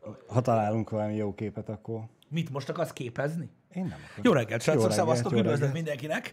Ha találunk valami jó képet, akkor... Mit most akarsz képezni? Én nem akarok. Jó reggelt, srácok, reggelt, szevasztok, jó üdvözlök reggelt. mindenkinek.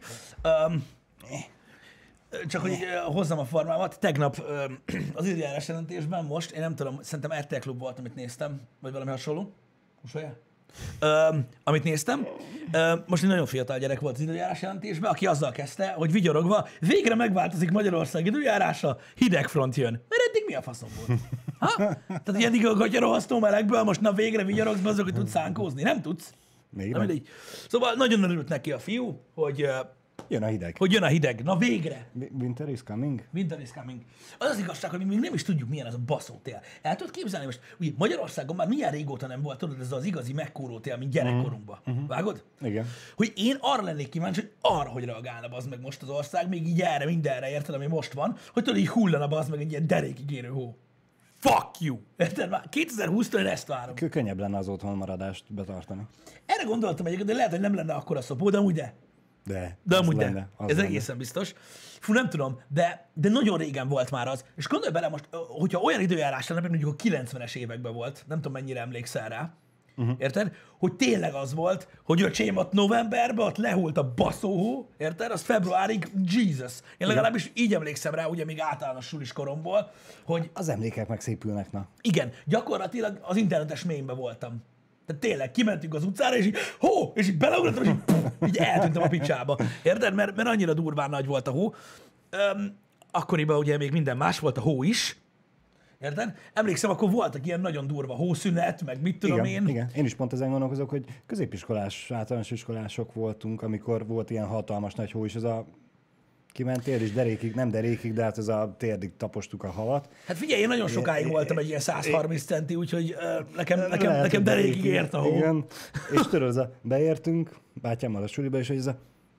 Csak hogy hozzam a formámat, tegnap az időjárás jelentésben most, én nem tudom, szerintem RTL Klub volt, amit néztem, vagy valami hasonló. Most amit néztem. Most egy nagyon fiatal gyerek volt az időjárás jelentésben, aki azzal kezdte, hogy vigyorogva, végre megváltozik Magyarország időjárása, hideg front jön. Mert eddig mi a faszom volt? Ha? Tehát, hogy eddig a gatyarohasztó melegből, most na végre vigyorogsz be azok, hogy tudsz szánkózni. Nem tudsz. Még Na nem. mindegy. Szóval nagyon örült neki a fiú, hogy Jön a hideg. jön a hideg. Na végre! Winter is coming? Winter is coming. Az az igazság, hogy mi még nem is tudjuk, milyen az a baszó tél. El tudod képzelni most, ugye Magyarországon már milyen régóta nem volt, tudod, ez az igazi megkóró tél, mint gyerekkorunkban. Vágod? Igen. Hogy én arra lennék kíváncsi, hogy arra, hogy reagálna az meg most az ország, még így erre, mindenre, érted, ami most van, hogy tudod, így hullana az meg egy ilyen derékig érő hó. Fuck you! Érted? Már 2020-tól én ezt várom. Könnyebb lenne az otthon maradást betartani. Erre gondoltam egyébként, de lehet, hogy nem lenne akkora szopó, de amúgy de. De az amúgy lenne, de. az Ez lenne. egészen biztos. Fú, nem tudom, de nagyon régen volt már az. És gondolj bele most, hogyha olyan időjárás lenne, mondjuk a 90-es években volt, nem tudom mennyire emlékszel rá, érted? Hogy tényleg az volt, hogy öcsém ott novemberben, ott lehult a baszóhó, érted? Az februárig, Jesus. Én legalábbis így emlékszem rá, ugye még általános sulis koromból, hogy Az emlékek megszépülnek, na. igen, gyakorlatilag az internetes mémben voltam. Tehát tényleg, kimentünk az utcára, és így, és így beleugrottam, és így eltűntem a picsába. Érted? Mert annyira durván nagy volt a hó. Akkoriban ugye még minden más volt, a hó is. Érted? Emlékszem, akkor voltak ilyen nagyon durva hószünet, meg mit tudom Igen, én. igen. Én is pont ezen gondolkozok, hogy középiskolás, általános iskolások voltunk, amikor volt ilyen hatalmas nagy hó, és ez a kimentél, és derékig, nem derékig, de hát ez a térdig tapostuk a havat. Hát figyelj, én nagyon sokáig voltam egy ilyen 130 centi, úgyhogy nekem hogy derékig ért a hó. Igen. És tudod, beértünk, bátyámmal a suliba, és hogy ez a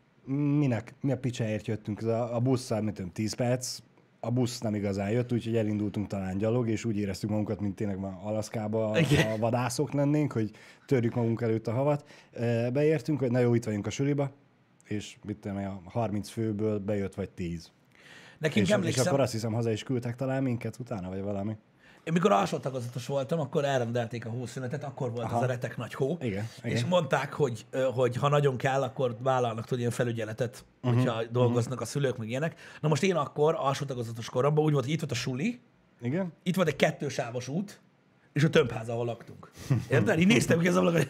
mi a picsáért jöttünk, ez a busszal, mint tudom, 10 perc, a busz nem igazán jött, úgyhogy elindultunk talán gyalog, és úgy éreztük magunkat, mint tényleg már Alaszkába a vadászok lennénk, hogy törjük magunk előtt a havat. Beértünk, hogy na jó, itt vagyunk a suliba, és mit tudom, a 30 főből bejött vagy 10. Nekünk És emlékszem, akkor azt hiszem, haza is küldtek talán minket utána, vagy valami. én mikor alsó tagozatos voltam, akkor elrendelték a hószünetet, akkor volt az a retek nagy hó. Igen, És igen. mondták, hogy ha nagyon kell, akkor vállalnak tudod ilyen felügyeletet, hogyha dolgoznak a szülők, meg ilyenek. Na most én akkor alsó tagozatos koromban úgy volt, hogy itt volt a suli, Igen? itt volt egy 2 sávos út, és a tömbház, ahol laktunk. Érted? Így néztem ki az ablakon,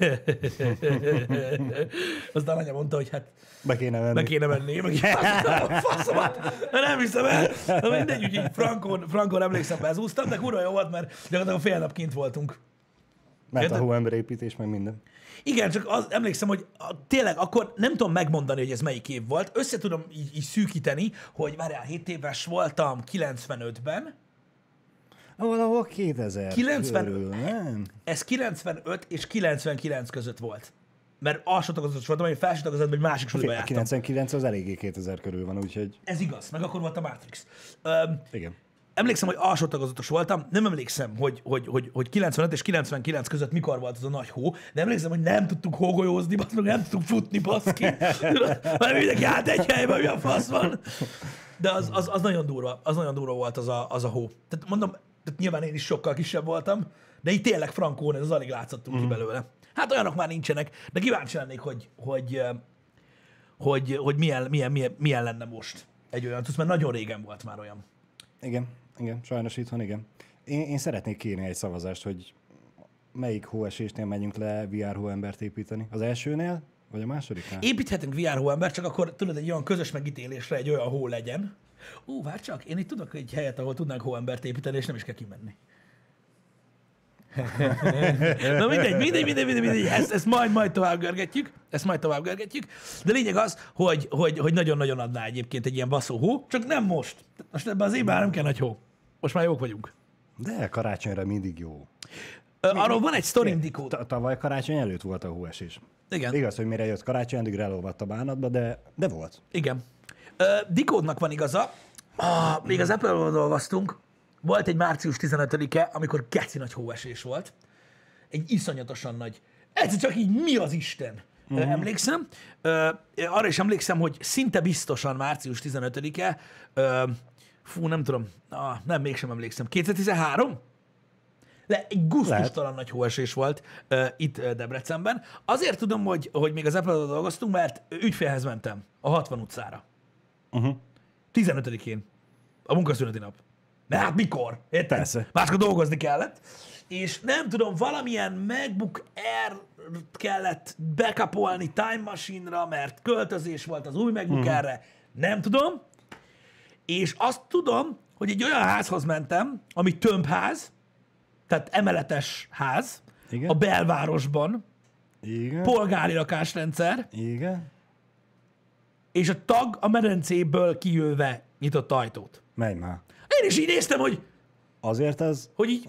aztán anya mondta, hogy hát Be kéne menni. be kéne menni. Meg így, faszomat, nem hiszem el. Na mindegy, úgyhogy Frankon emlékszem, bezúztam, de kurva jó volt, mert gyakorlatilag fél nap kint voltunk. Mert a Érted? hóemberépítés, meg minden. Igen, csak emlékszem, hogy tényleg akkor nem tudom megmondani, hogy ez melyik év volt. Össze tudom így szűkíteni, hogy várjál, 7 éves voltam 95-ben. Valahol 2000 90 körül, nem? Ez 95 és 99 között volt. Mert alsó tagozatos voltam, én felső tagozatban egy másik suliba A jártam. 99 az eléggé 2000 körül van, úgyhogy Ez igaz, meg akkor volt a Matrix. igen. Emlékszem, hogy alsó tagozatos voltam, nem emlékszem, hogy 95 és 99 között mikor volt az a nagy hó, de emlékszem, hogy nem tudtuk hógolyózni, meg nem tudtuk futni, baszki. Mert mindenki állt egy helyben, mi a fasz van. De az nagyon durva, volt az a hó. Tehát mondom, tehát nyilván én is sokkal kisebb voltam, de így tényleg frankón, ez az alig látszottunk ki belőle. Hát olyanok már nincsenek, de kíváncsi lennék, hogy milyen lenne most egy olyan, mert nagyon régen volt már olyan. Igen, sajnos itthon igen. Én szeretnék kérni egy szavazást, hogy melyik hóesésnél megyünk le VR hóembert építeni. Az elsőnél, vagy a másodiknál? Építhetünk VR hóember, csak akkor tudod, egy olyan közös megítélésre egy olyan hó legyen. Várj csak, én itt tudok egy helyet, ahol tudnánk hóembert építeni, és nem is kell kimenni. Na mindegy. Ezt majd tovább görgetjük. De lényeg az, hogy nagyon-nagyon adná egyébként egy ilyen baszó hó, csak nem most. Most ebben az évben nem kell nagy hó. Most már jók vagyunk. De karácsonyra mindig jó. Arról van egy sztorim, Dikó. Tavaly karácsony előtt volt a hóesés. Igen. Igaz, hogy mire jött karácsony, addig elolvadt a bánatba, de volt. Igen. Dikódnak van igaza. Még az Apple-ről dolgoztunk. Volt egy március 15-e, amikor geci nagy hóesés volt. Egy iszonyatosan nagy. Ez csak így mi az Isten? Emlékszem. Arra is emlékszem, hogy szinte biztosan március 15-e, nem tudom, nem, mégsem emlékszem. 2013? De egy gusztustalan nagy hóesés volt itt Debrecenben. Azért tudom, hogy még az Apple-on dolgoztunk, mert ügyfélhez mentem a 60 utcára. 15-én. A munkaszüneti nap. De hát mikor? Érted? Persze. Máskor dolgozni kellett. És nem tudom, valamilyen MacBook Air kellett backupolni Time Machine-ra, mert költözés volt az új MacBook Air-re. Nem tudom. És azt tudom, hogy egy olyan házhoz mentem, ami tömbház, tehát emeletes ház, Igen. a belvárosban, Igen. polgári lakásrendszer, Igen. és a tag a medencéből kijöve nyitott ajtót. Menj már. Én is így néztem, Azért az hogy így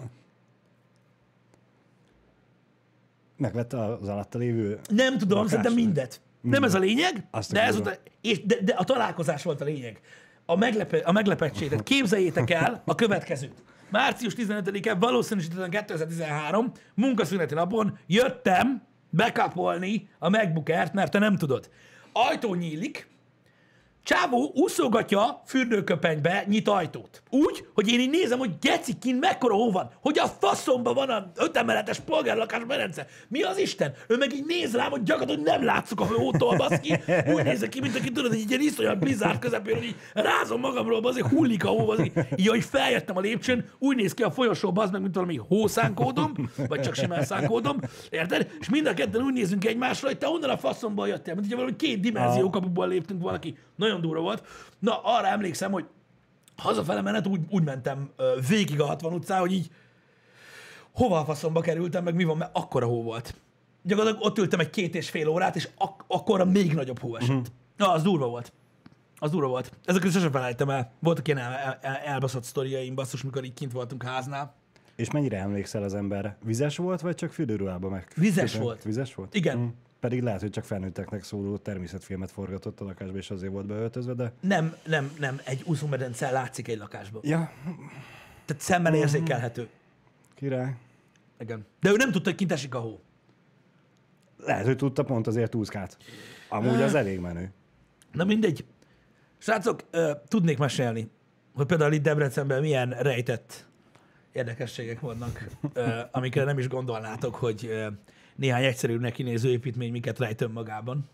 megvette az alatta lévő... nem tudom, lakás. szerintem mindet. Nem ez a lényeg, Azt de, akarom. de a találkozás volt a lényeg. A meglepettség. Tehát képzeljétek el a következőt. Március 15-e, valószínűsítetlen 2013, munkaszüneti napon jöttem backupolni a MacBook Air-t, mert te nem tudod. Ajtó nyílik, csávó úszogatja fürdőköpenybe, nyit ajtót. Úgy, hogy én így nézem, hogy geci, kint mekkora hó van, hogy a faszomba van a 5 emeletes polgárlakás medence. Mi az Isten? Ő meg így néz rám, hogy gyakorlatilag nem látszok a hótól, baszki. Úgy nézek ki, mint aki tudod, hogy egy ilyen iszonyat blizzard közepén, hogy így rázom magamról, azért hullik a hó, baszki. Így, ahogy feljöttem a lépcsőn, úgy néz ki a folyosó, bazd meg, mint valami hószánkódom, vagy csak simán szánkódom, érted? És mind a ketten úgy nézünk egymásra, hogy te onnan a faszomból jöttél, mint hogyha valami két dimenzió kapuból léptünk valaki. Nagyon durva volt. Na, arra emlékszem, hogy hazafele menet úgy mentem végig a 60 utcán, hogy így hova a faszomba kerültem, meg mi van, mert akkora hó volt. Gyakorlatilag ott ültem egy 2,5 órát, és akkora még nagyobb hó esett. Na, az durva volt. Az durva volt. Ezeket sosem felejtem el. Voltak ilyen elbaszott sztoriaim, basszus, mikor így kint voltunk háznál. És mennyire emlékszel az emberre? Vizes volt, vagy csak fürdőruhában meg? Vizes volt. Vizes volt? Igen. Pedig lehet, hogy csak felnőtteknek szóló természetfilmet forgatott a lakásba, és azért volt beöltözve, de... Nem. Egy úszómedence látszik egy lakásban. Ja, Tehát szemmel érzékelhető. király. Igen. De ő nem tudta, hogy kint esik a hó. Lehet, hogy tudta pont azért úszkát. Amúgy az elég menő. Na mindegy. Srácok, tudnék mesélni, hogy például itt Debrecenben milyen rejtett érdekességek vannak, amikre nem is gondolnátok, hogy néhány egyszerűnek kinéző építmény miket rejt önmagában.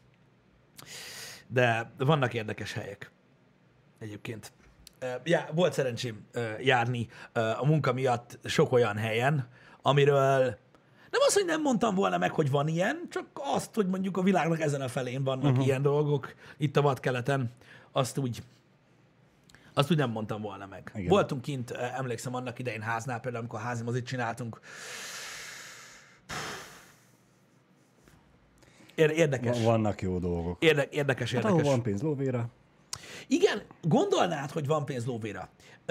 De vannak érdekes helyek egyébként. Volt szerencsém járni a munka miatt sok olyan helyen, amiről nem az, hogy nem mondtam volna meg, hogy van ilyen, csak azt, hogy mondjuk a világnak ezen a felén vannak ilyen dolgok, itt a vadkeleten, azt úgy nem mondtam volna meg. Igen. Voltunk kint, emlékszem annak idején háznál, például amikor házi mozit csináltunk. Érdekes. Vannak jó dolgok. Érdekes. Hát, ahol van pénz lóvéra. Igen, gondolnád, hogy van pénz lóvéra,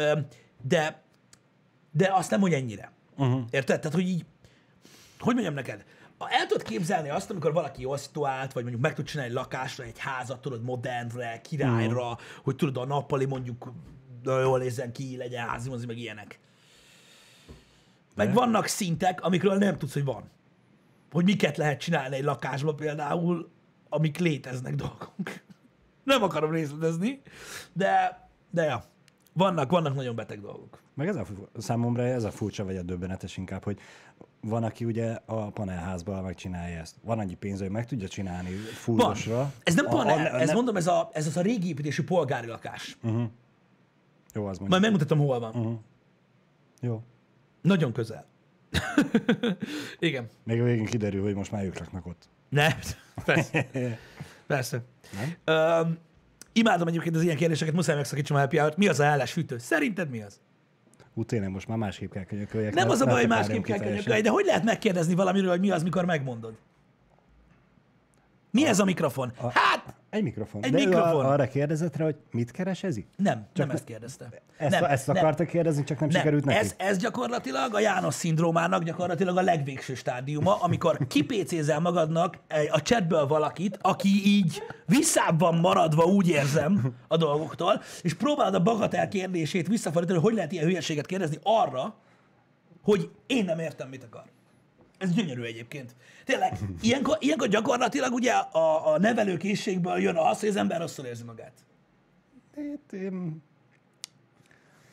de azt nem, hogy ennyire. Érted? Tehát, hogy így, hogy mondjam neked, el tudod képzelni azt, amikor valaki jól szituált, vagy mondjuk meg tud csinálni egy lakásra, egy házat, tudod, modernre, királyra, hogy tudod, a nappali mondjuk jól nézzen ki, legyen házi, meg ilyenek. Meg vannak szintek, amikről nem tudsz, hogy van. Hogy miket lehet csinálni egy lakásba például, amik léteznek dolgok. Nem akarom részletezni, de ja, vannak nagyon beteg dolgok. Meg számomra ez a furcsa vagy a döbbenetes inkább, hogy van, aki ugye a panelházban megcsinálja ezt. Van annyi pénz, hogy meg tudja csinálni fullosra. Ez nem panel, mondom, ez az a régi építésű polgári lakás. Jó, az mondjuk. Majd megmutatom, hol van. Jó. Nagyon közel. Igen. Még a végén kiderül, hogy most már ők laknak ott. Nem, persze. Persze. Imádom egyébként az ilyen kérdéseket, muszáj megszakítsam a happy hour-t. Mi az a hálás fűtő? Szerinted mi az? Tényleg most már másképp kell könyököljek. Nem az a baj, hogy másképp kell könyökölni, de hogy lehet megkérdezni valamiről, hogy mi az, mikor megmondod? Mi ez a mikrofon? Hát, Egy mikrofon. Egy De mikrofon. ő arra kérdezett rá, hogy mit keres ez itt? nem ezt kérdezte. Ezt akarta kérdezni, csak nem sikerült neki? Ez gyakorlatilag a János szindrómának gyakorlatilag a legvégső stádiuma, amikor kipécézel magadnak a chatből valakit, aki így visszább van maradva, úgy érzem, a dolgoktól, és próbálod a bagatel kérdését visszafordítani, hogy lehet ilyen hülyeséget kérdezni arra, hogy én nem értem, mit akar. Ez gyönyörű egyébként. Tényleg, ilyenkor gyakorlatilag ugye a nevelőkészségből jön az, hogy az ember rosszul érzi magát.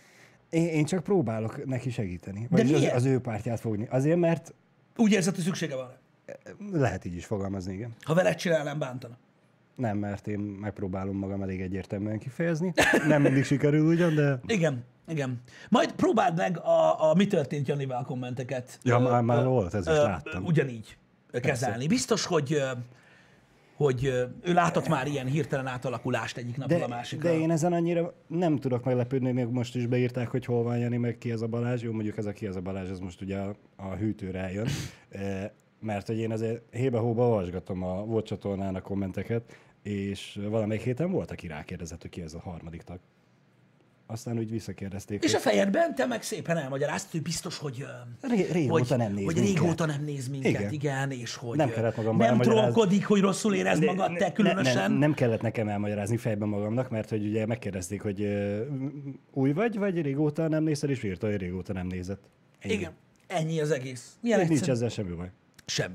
Én csak próbálok neki segíteni. De Vagyis miért? az ő pártját fogni. Azért, mert Úgy érzed, hogy szüksége van. lehet így is fogalmazni, igen. Ha veled csinálnám, bántana. Nem, mert én megpróbálom magam elég egyértelműen kifejezni. Nem mindig sikerül ugyan, de... Igen, igen. Majd próbáld meg a Mi történt Janival kommenteket. Ja, már volt, ez is láttam. Ugyanígy kezelni. Biztos, hogy ő látott már ilyen hirtelen átalakulást egyik napról a másikra. De én ezen annyira nem tudok meglepődni, még most is beírták, hogy hol van Jani, meg ki ez a Balázs. Jó, mondjuk ez a ki ez a Balázs, ez most ugye a hűtőre eljön. Mert hogy én azért hébe-hóba olvasgatom a volt csatornán a kommenteket, és valamelyik héten volt, aki rákérdezett, hogy ki ez a harmadik tag. Aztán úgy visszakérdezték. És a fejedben te meg szépen elmagyaráztad, hogy biztos, hogy Régóta nem néz hogy minket. régóta nem néz minket, igen, és hogy Nem kellett magamban nem elmagyarázni. trollkodik, hogy rosszul érezd magad, te különösen. Nem kellett nekem elmagyarázni fejben magamnak, mert hogy ugye megkérdezték, hogy új vagy régóta nem nézel, és írta, hogy régóta nem nézett. Ennyi. Igen, ennyi az egész. Milyen Nincs egyszerű? ezzel semmi baj. Semmi.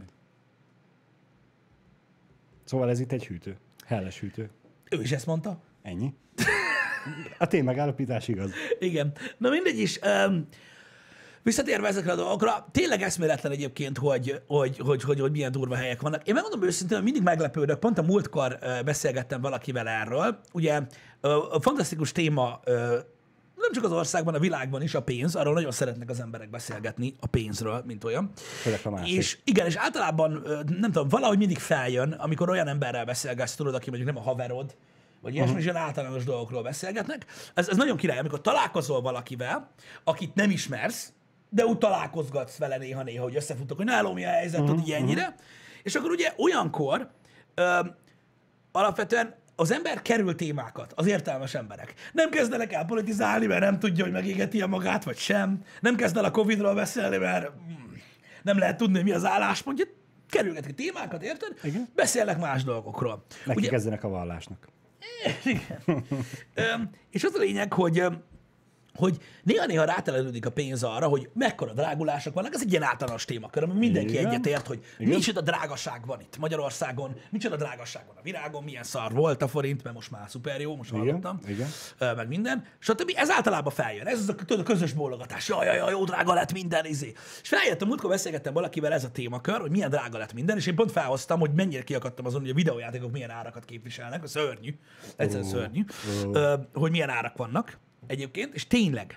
Szóval ez itt egy hűtő. Helles hűtő. Ő is ezt mondta. Ennyi. A ténymegállapítás igaz. Igen. Na mindegy is. Visszatérve ezekre a dolgokra, tényleg eszméletlen egyébként, hogy milyen durva helyek vannak. Én megmondom őszintén, hogy mindig meglepődök. Pont a múltkor beszélgettem valakivel erről. Ugye a fantasztikus téma nem csak az országban, a világban is a pénz. Arról nagyon szeretnek az emberek beszélgetni a pénzről, mint olyan. És igen, és általában nem tudom, valahogy mindig feljön, amikor olyan emberrel beszélgetsz, tudod, aki mondjuk nem a haverod, vagy ilyesmi, és ilyen általános dolgokról beszélgetnek. Ez nagyon király, amikor találkozol valakivel, akit nem ismersz, de úgy találkozgatsz vele néha-néha, hogy összefutok, hogy nálom mi a helyzet, tudod, így ennyire. És akkor ugye olyankor alapvetően az ember kerül témákat, az értelmes emberek. Nem kezdenek el politizálni, mert nem tudja, hogy megégeti a magát, vagy sem. Nem kezd el a Covid-ról beszélni, mert nem lehet tudni, hogy mi az álláspontja. Kerülgetik témákat, érted? Igen. Beszélnek más dolgokról. Neki Ugye, kezdenek a vallásnak. igen. És az a lényeg, hogy néha-néha ráteledődik a pénz arra, hogy mekkora drágulások vannak. Ez egy ilyen általános témakör, ami mindenki Igen. egyetért, hogy micsoda drágaság van itt Magyarországon, micsoda drágaság van a virágon, milyen szar volt a forint, mert most már szuper jó, most hallottam, Igen. meg minden, stb. Ez általában feljön. Ez az a közös bólogatás. Jaj, jó drága lett minden, izé. És feljöttem, múltkor beszélgettem valakivel ez a témakör, hogy milyen drága lett minden, és én pont felhoztam, hogy mennyire kiakadtam azon, hogy a videójátékok milyen árakat képviselnek, szörnyű, egyszerűen szörnyű, hogy milyen árak vannak. Egyébként, és tényleg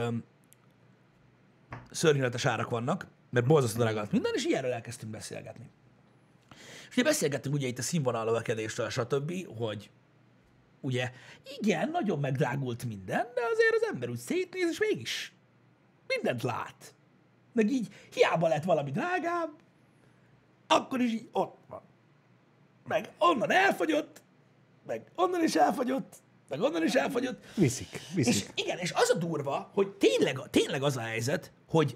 szörnyűletes árak vannak, mert borzasztó drága lett minden, és ilyenről elkezdtünk beszélgetni. És ugye beszélgettünk ugye itt a színvonal növekedésről, stb., hogy ugye igen, nagyon megdrágult minden, de azért az ember úgy szétnéz, és mégis mindent lát. Meg így hiába lett valami drágább, akkor is így ott van. Meg onnan elfogyott, meg onnan is elfogyott, meg onnan is elfogyott. Viszik. És igen, és az a durva, hogy tényleg az a helyzet, hogy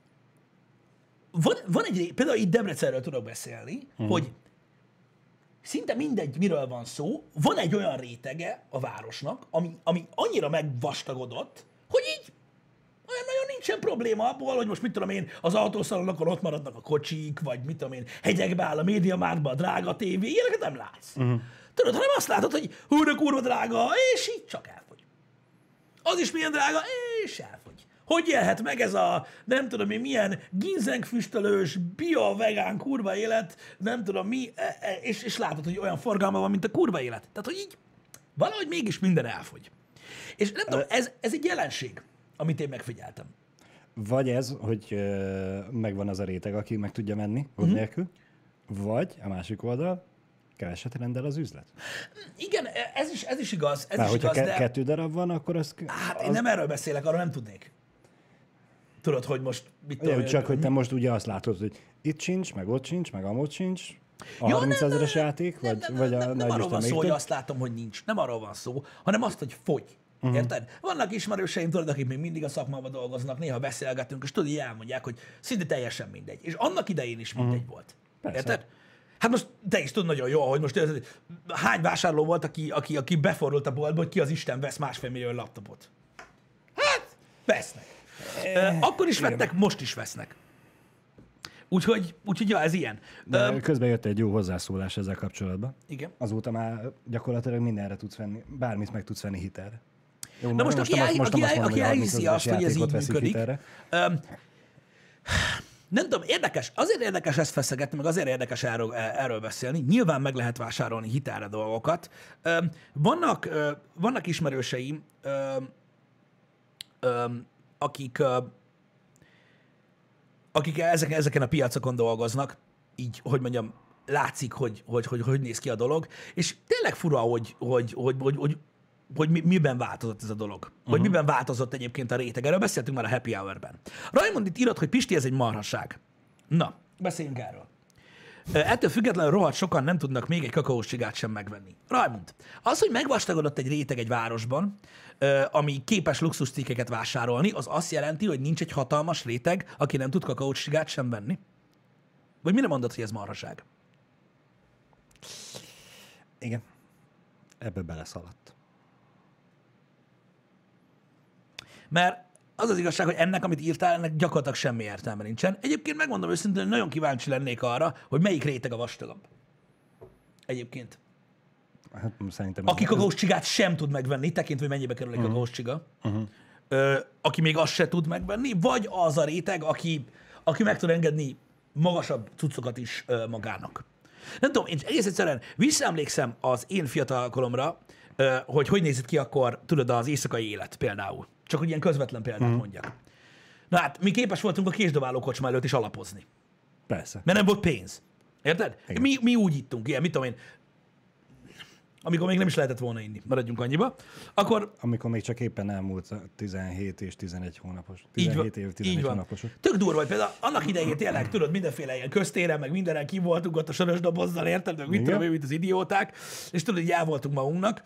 van egy, például itt Debrecenről tudok beszélni, hogy szinte mindegy, miről van szó, van egy olyan rétege a városnak, ami annyira megvastagodott, hogy így olyan nagyon nincsen probléma abból, hogy most mit tudom én, az autószalonokon ott maradnak a kocsik, vagy mit tudom én, hegyekbe áll a MediaMarktba a drága tévé, ilyeneket nem látsz. Tudod, hanem azt látod, hogy hú, de kurva drága, és így csak elfogy. Az is milyen drága, és elfogy. Hogy élhet meg ez a, nem tudom én, milyen ginzengfüstölős, bio-vegán kurva élet, nem tudom mi, és látod, hogy olyan forgalma van, mint a kurva élet. Tehát, hogy így valahogy mégis minden elfogy. És nem tudom, ez egy jelenség, amit én megfigyeltem. Vagy ez, hogy megvan az a réteg, aki meg tudja menni, gond nélkül, vagy a másik oldal, keveset rendel az üzlet. Igen, ez is igaz. Ez Már is hogyha igaz, de... 2 darab van, akkor az... Hát én nem erről beszélek, arról nem tudnék. Tudod, hogy most mit tudom én, Csak hogy te most ugye azt látod, hogy itt sincs, meg ott sincs, meg amott sincs, a 30 000-es játék, vagy a nem nagy arról van szó, hogy több. azt látom, hogy nincs. Nem arról van szó, hanem azt, hogy fogy. Érted? Vannak ismerőseim, tudod, akik még mindig a szakmában dolgoznak, néha beszélgetünk, és tudod, így elmondják, hogy szinte teljesen mindegy. És annak idején is mindegy volt. Persze. Érted? Hát most te is tudod nagyon jól, hogy most érted, hány vásárló volt, aki befordult a boltba, hogy ki az Isten vesz 1,5 millió laptopot. Hát, vesznek. Akkor is vettek, most is vesznek. Úgyhogy ja, ez ilyen. De közben jött egy jó hozzászólás ezzel kapcsolatban. Igen. Azóta már gyakorlatilag mindenre tudsz venni, bármit meg tudsz venni hitelre. Jó, Na most, aki elhiszi azt, hogy ez így veszik működik, hitelre. nem tudom, érdekes, azért érdekes ezt feszegetni, meg azért érdekes erről beszélni. Nyilván meg lehet vásárolni hitelre dolgokat. Vannak ismerőseim, akik ezeken a piacokon dolgoznak, így, hogy mondjam, látszik, hogy néz ki a dolog, és tényleg fura, hogy miben változott ez a dolog. Hogy miben változott egyébként a réteg. Erről beszéltünk már a Happy Hour-ben. Raymond itt írott, hogy Pisti, ez egy marhaság. Na, beszéljünk erről. Ettől függetlenül rohadt sokan nem tudnak még egy kakaós csigát sem megvenni. Raymond, az, hogy megvastagodott egy réteg egy városban, ami képes luxuscikkeket vásárolni, az azt jelenti, hogy nincs egy hatalmas réteg, aki nem tud kakaós csigát sem venni? Vagy mire mondod, hogy ez marhaság? Igen. Ebbe beleszaladt. Mert az az igazság, hogy ennek, amit írtál, ennek gyakorlatilag semmi értelme nincsen. Egyébként megmondom őszintén, hogy nagyon kíváncsi lennék arra, hogy melyik réteg a vastagabb. Egyébként. Hát szerintem... Aki kakaós csigát sem tud megvenni, tekintve, hogy mennyibe kerül egy kakaós csiga. Aki még azt se tud megvenni, vagy az a réteg, aki meg tud engedni magasabb cuccokat is magának. Nem tudom, én egész egyszerűen visszaemlékszem az én fiatalkoromra, hogy nézett ki akkor, tudod, az éjszakai élet például. Csak hogy ilyen közvetlen példát mondjak. Na hát, mi képes voltunk a késdobáló kocsma előtt is alapozni. Persze. Mert nem volt pénz. Érted? Mi úgy ittunk, ilyen, mit tudom én, amikor még nem is lehetett volna inni, maradjunk annyiba, akkor... Amikor még csak éppen elmúlt 17 és 11 hónapos. 17 év, 11 hónapos. Tök durva, hogy például annak idején tényleg, tudod, mindenféle ilyen köztéren, meg mindenen ki voltunk ott a sörös dobozzal, érted? Meg mit tudom én, mint az idióták, és tudod, hogy el voltunk magunknak.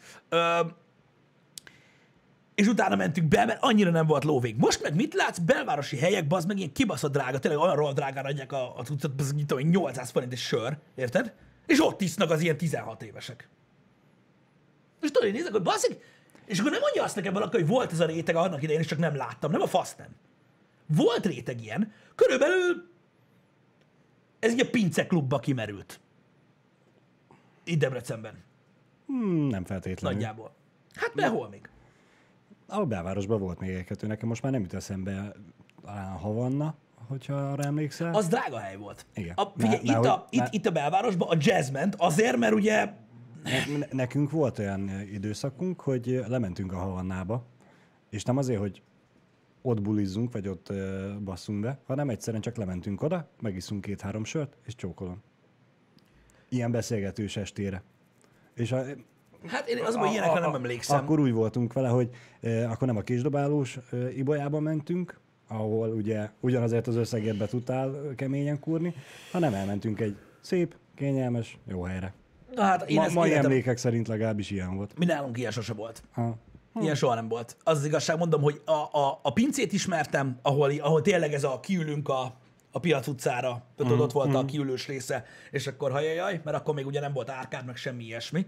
És utána mentünk be, mert annyira nem volt lóvég. Most meg mit látsz? Belvárosi helyek, bazd meg ilyen kibaszott drága, tényleg olyan rohadt drágán adják a cuccot, az, mit tudom én, 800 forint egy sör, érted? És ott isznak az ilyen 16 évesek. És tudod, én nézek, hogy baszik, és akkor nem mondja azt nekem valaki, hogy volt ez a réteg annak idején, és csak nem láttam. Nem a fasz nem. Volt réteg ilyen. Körülbelül ez így a Pince klubba kimerült. Itt Debrecenben. Nem feltétlenül. Nagyjából. Hát behol még? A belvárosban volt még egy-kettő, nekem most már nem jut eszembe talán a Havanna, hogyha arra emlékszel. Az drága hely volt. Igen. Figyelj, itt a belvárosban a jazz ment, azért, mert ugye... Nekünk volt olyan időszakunk, hogy lementünk a Havannába, és nem azért, hogy ott bulizzunk, vagy ott basszunk be, hanem egyszerűen csak lementünk oda, megiszunk 2-3 sört, és csókolom. Ilyen beszélgetős estére. És hát én azonban ilyenekre nem emlékszem. Akkor úgy voltunk vele, hogy akkor nem a késdobálós ibolyába mentünk, ahol ugye ugyanazért az összegért be tudtál keményen kúrni, hanem elmentünk egy szép, kényelmes, jó helyre. Na hát én mai emlékek szerint legalábbis ilyen volt. Mi nálunk ilyen sose volt. Ilyen soha nem volt. Az igazság, mondom, hogy a pincét ismertem, ahol tényleg ez a kiülünk a Piac utcára, ott volt a kiülős része, és akkor hajajaj, mert akkor még ugye nem volt árkád, meg semmi ilyesmi.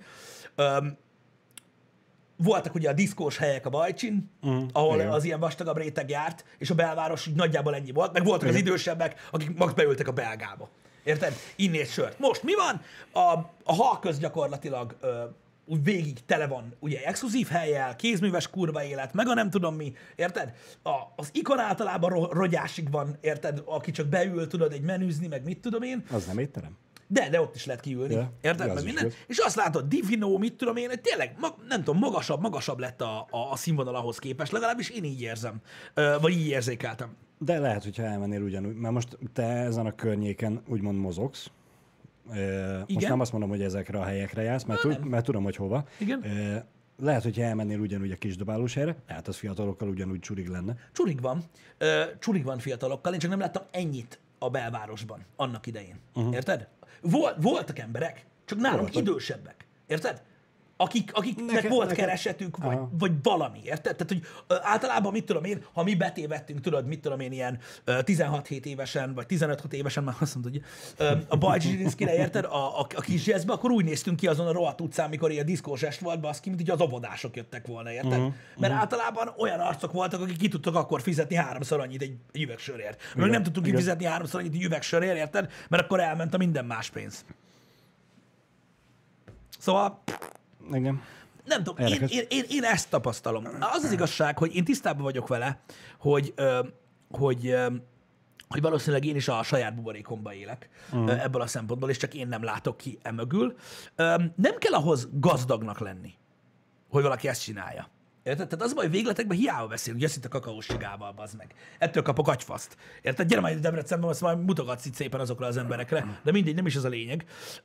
Voltak ugye a diszkós helyek a Bajcsin, ahol igen, az ilyen vastagabb réteg járt, és a belváros így nagyjából ennyi volt, meg voltak az idősebbek, akik max beültek a belgába. Érted? Innét sört. Most mi van? A hal gyakorlatilag úgy végig tele van ugye exkluzív hellyel, kézműves kurva élet, meg a nem tudom mi, érted? Az ikon általában rogyásig van, érted? Aki csak beül, tudod, egy menüzni, meg mit tudom én. Az nem étterem? De ott is lehet kiülni, érted? Meg minden. És azt látod, Divino, mit tudom én, hogy tényleg, nem tudom, magasabb lett a színvonal ahhoz képest, legalábbis én így érzem, vagy így érzékeltem. De lehet, hogyha elmennél ugyanúgy, mert most te ezen a környéken úgymond mozogsz. Most nem azt mondom, hogy ezekre a helyekre jársz, mert tudom, hogy hova. Igen. Lehet, hogyha elmennél ugyanúgy a kisdobálós helyre, hát az fiatalokkal ugyanúgy csurig lenne. Csurig van fiatalokkal, én csak nem láttam ennyit a belvárosban annak idején. Érted? Voltak emberek, csak nálunk idősebbek. Érted? Akiknek volt keresetük, vagy valami, érted? Tehát, hogy általában, mit tudom én, ha mi betévettünk, tudod, mit tudom én, ilyen 16-7 évesen, vagy 15-6 évesen, már azt mondod, hogy a Bajcsirinszkire, érted? A kis jazzbe, akkor úgy néztünk ki azon a rohadt utcán, amikor ilyen diszkós est volt, baszki, mint hogy az óvodások jöttek volna, érted? Mert általában olyan arcok voltak, akik ki tudtak akkor fizetni 3-szor annyit egy üvegsörért. Meg nem tudtunk kifizetni 3-szor annyit egy üvegsörért, érted? Mert akkor elment a minden más pénz. Szóval... Igen. Nem tudom, Érdekes. én ezt tapasztalom. Az igazság, hogy én tisztában vagyok vele, hogy valószínűleg én is a saját buborékomba élek ebből a szempontból, és csak én nem látok ki emögül. Nem kell ahhoz gazdagnak lenni, hogy valaki ezt csinálja. Érted? Tehát az a baj, hogy végletekben hiába beszélünk, jössz itt a kakaóssigával, bazd meg. Ettől kapok agyfaszt. Érted? Gyere majd Debrecenben, azt majd mutogatsz itt szépen azokra az emberekre, de mindegy, nem is ez a lényeg.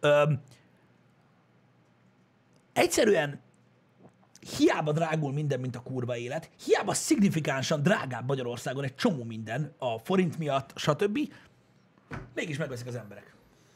Egyszerűen hiába drágul minden, mint a kurva élet, hiába szignifikánsan drágább Magyarországon egy csomó minden, a forint miatt, stb., mégis megveszik az emberek.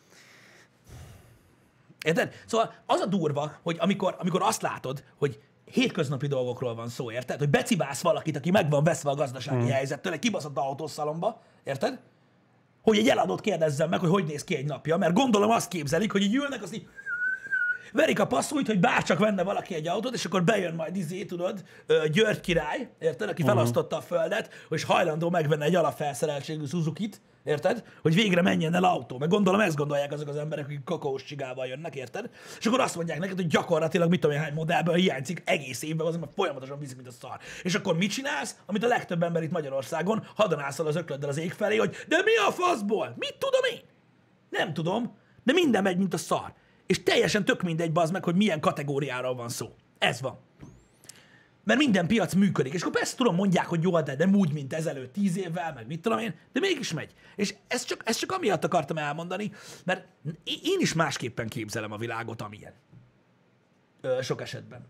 Érted? Szóval az a durva, hogy amikor azt látod, hogy hétköznapi dolgokról van szó, érted? Hogy becibálsz valakit, aki meg van veszve a gazdasági helyzettől, egy kibaszott autószalomba, érted? Hogy egy eladót kérdezzen meg, hogy néz ki egy napja, mert gondolom azt képzelik, hogy így ülnek, azt így verik a passzújt, hogy bárcsak venne valaki egy autót, és akkor bejön majd tudod, György király, érted, aki felasztotta a földet, és hajlandó megvenni egy alapfelszereltségű Suzukit, érted, hogy végre menjen el autó. Meg gondolom ezt gondolják azok az emberek, akik kakaós csigával jönnek, érted? És akkor azt mondják neked, hogy gyakorlatilag mit tudom én hány modellből hiányzik egész évben, az, mert folyamatosan viszik, mint a szar. És akkor mit csinálsz? Amit a legtöbb ember itt Magyarországon hadonászol az öklöddel az ég felé, hogy de mi a faszból? Mit tudom én? Nem tudom, de minden megy, mint a szar. És teljesen tök mindegy, bazd meg, hogy milyen kategóriáról van szó. Ez van. Mert minden piac működik. És akkor persze tudom, mondják, hogy jó, de nem úgy, mint ezelőtt 10 évvel, meg mit tudom én, de mégis megy. És ezt csak amiatt akartam elmondani, mert én is másképpen képzelem a világot, amilyen. Sok esetben.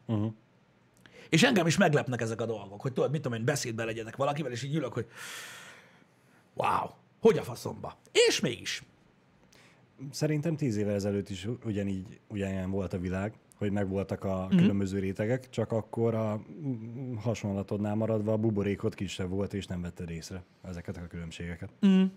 És engem is meglepnek ezek a dolgok, hogy tudod, mit tudom én, beszédbe legyenek valakivel, és így ülök, hogy wow, hogy a faszomba. És mégis. Szerintem 10 évvel ezelőtt is ugyanilyen volt a világ, hogy megvoltak a különböző rétegek, csak akkor a hasonlatodnál maradva a buborékot kisebb volt, és nem vetted észre ezeket a különbségeket.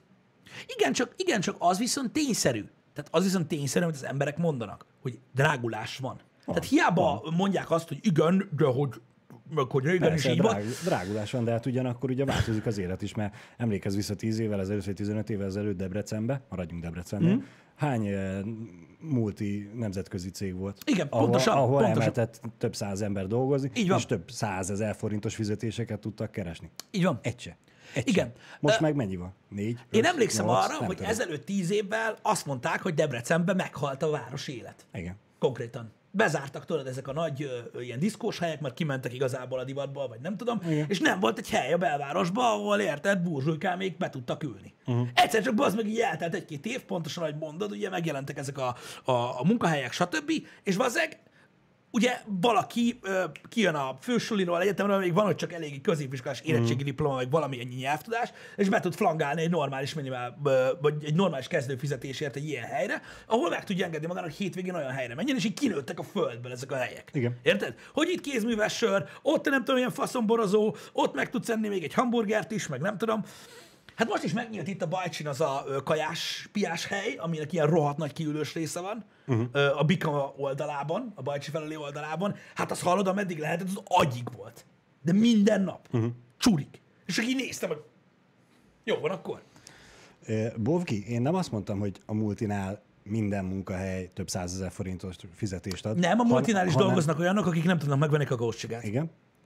Igen, csak az viszont tényszerű. Tehát az viszont tényszerű, amit az emberek mondanak, hogy drágulás van. Tehát hiába mondják azt, hogy igen, de hogy régen is így van. Drágulás van, de hát ugyanakkor ugye változik az élet is, mert emlékezz vissza 10 évvel ezelőtt, vagy 15 évvel ezelőtt Debrecenbe, maradjunk Debrecenben, hány multi nemzetközi cég volt? Igen, ahol pontosan. emeltett több száz ember dolgozni, Így van. és több 100 000 forintos fizetéseket tudtak keresni. Így van. Egy se. Igen. Most meg mennyi van? 4? Én emlékszem 8, arra, hogy tudom. ezelőtt 10 évvel azt mondták, hogy Debrecenben meghalt a város élet. Igen. Konkrétan. Bezártak tőled ezek a nagy ilyen diszkós helyek, mert kimentek igazából a divatból, vagy nem tudom, Igen. és nem volt egy hely a belvárosban, ahol érted, burzsujkámék be tudtak ülni. Egyszer csak bazd meg így eltelt egy-két év, pontosan ahogy mondod, ugye megjelentek ezek a munkahelyek, stb. És bazzeg, ugye valaki kijön a fősuliról, egyetemről, még van, hogy csak eléggé középiskolás érettségi diploma, meg valamilyen nyelvtudás, és be tud flangálni egy normális vagy egy normális kezdőfizetésért egy ilyen helyre, ahol meg tudja engedni magának, hogy hétvégén olyan helyre menjen, és így kinőttek a földből ezek a helyek. Igen. Érted? Hogy itt kézműves sör, ott nem tudom, ilyen faszomborozó, ott meg tudsz enni még egy hamburgert is, meg nem tudom. Hát most is megnyílt itt a Bajcsin az a kajás, piás hely, aminek ilyen rohadt nagy kiülős része van, a Bika oldalában, a Bajcsi felüli oldalában. Hát azt hallod, ameddig lehetett, az agyig volt. De minden nap. Csurik. És akkor így néztem, hogy jó van akkor. Bovki, én nem azt mondtam, hogy a multinál minden munkahely több 100 000 forintos fizetést ad. Nem, a multinál is dolgoznak olyanok, akik nem tudnak megvenni kakaócsigát. Igen.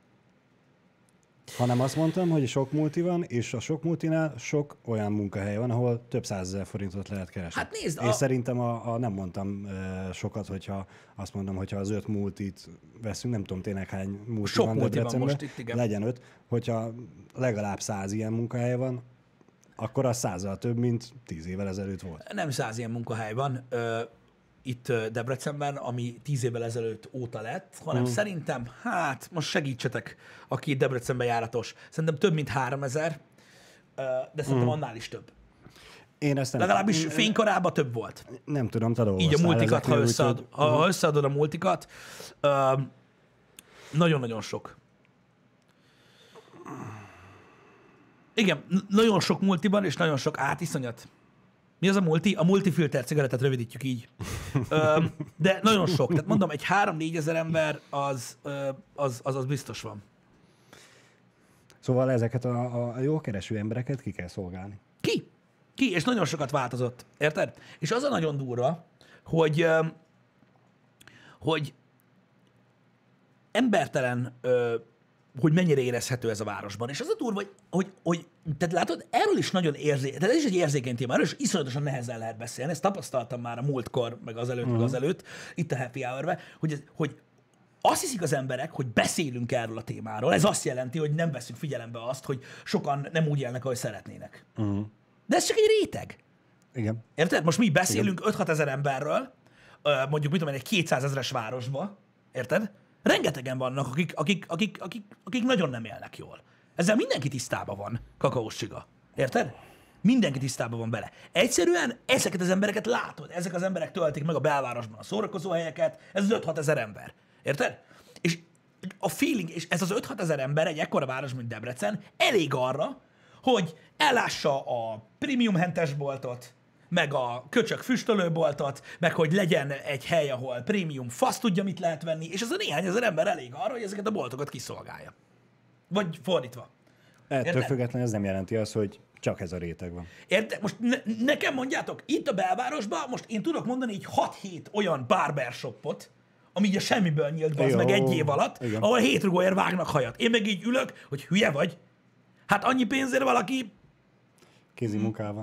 Hanem azt mondtam, hogy sok multi van, és a sok multinál sok olyan munkahely van, ahol több 100 000 forintot lehet keresni. Hát nézd, és szerintem nem mondtam sokat, hogyha azt mondom, hogyha az 5 multit veszünk, nem tudom tényleg hány multi Sok van multi van Debrecenben, most itt, igen. legyen 5, hogyha legalább 100 ilyen munkahely van, akkor az 100-al több, mint 10 évvel ezelőtt volt. Nem 100 ilyen munkahely van itt Debrecenben, ami 10 évvel ezelőtt óta lett, hanem szerintem, hát most segítsetek, aki itt Debrecenben járatos, szerintem több mint 3000, de szerintem annál is több. Én ezt nem Legalábbis fénykorában több volt. Nem tudom, te Így a multikat, ezekről, ha összeadod a multikat, nagyon-nagyon sok. Igen, nagyon sok multi van, és nagyon sok iszonyat. Mi az a multi? A multifilter cigarettát rövidítjük így. De nagyon sok. Tehát mondom, egy 3-4 ezer ember az biztos van. Szóval ezeket a jó kereső embereket ki kell szolgálni. Ki, és nagyon sokat változott. Érted? És az a nagyon durva, hogy embertelen, hogy mennyire érezhető ez a városban. És az a durva, hogy tehát látod, erről is nagyon tehát ez is egy érzékeny téma, erről is iszonyatosan nehezen lehet beszélni. Ezt tapasztaltam már a múltkor, meg azelőtt, itt a Happy Hour-ben, hogy azt hiszik az emberek, hogy beszélünk erről a témáról. Ez azt jelenti, hogy nem veszünk figyelembe azt, hogy sokan nem úgy élnek, ahogy szeretnének. De ez csak egy réteg. Igen. Érted? Most mi beszélünk 5-6 ezer emberről, mondjuk, mit tudom én, egy 200 000-es városba, érted? Rengetegen vannak, akik nagyon nem élnek jól. Ezzel mindenki tisztában van, kakaós csiga. Érted? Mindenki tisztában van bele. Egyszerűen ezeket az embereket látod. Ezek az emberek töltik meg a belvárosban a szórakozóhelyeket, ez az 5-6 ezer ember. Érted? És a feeling, és ez az 5-6 ezer ember egy ekkora város, mint Debrecen, elég arra, hogy ellássa a prémium hentesboltot, meg a köcsök füstölőboltot, meg hogy legyen egy hely, ahol prémium fasz tudja, mit lehet venni, és ez a néhány ezer ember elég arra, hogy ezeket a boltokat kiszolgálja. Vagy fordítva. Ettől függetlenül ez nem jelenti azt, hogy csak ez a réteg van. Érted? Most nekem mondjátok, itt a belvárosban most én tudok mondani így 6-7 olyan barbershopot, ami így a semmiből nyílt az meg egy év alatt, igen, ahol 7 rugóért vágnak hajat. Én meg így ülök, hogy hülye vagy. Hát annyi pénzért valaki... Kézi munkával.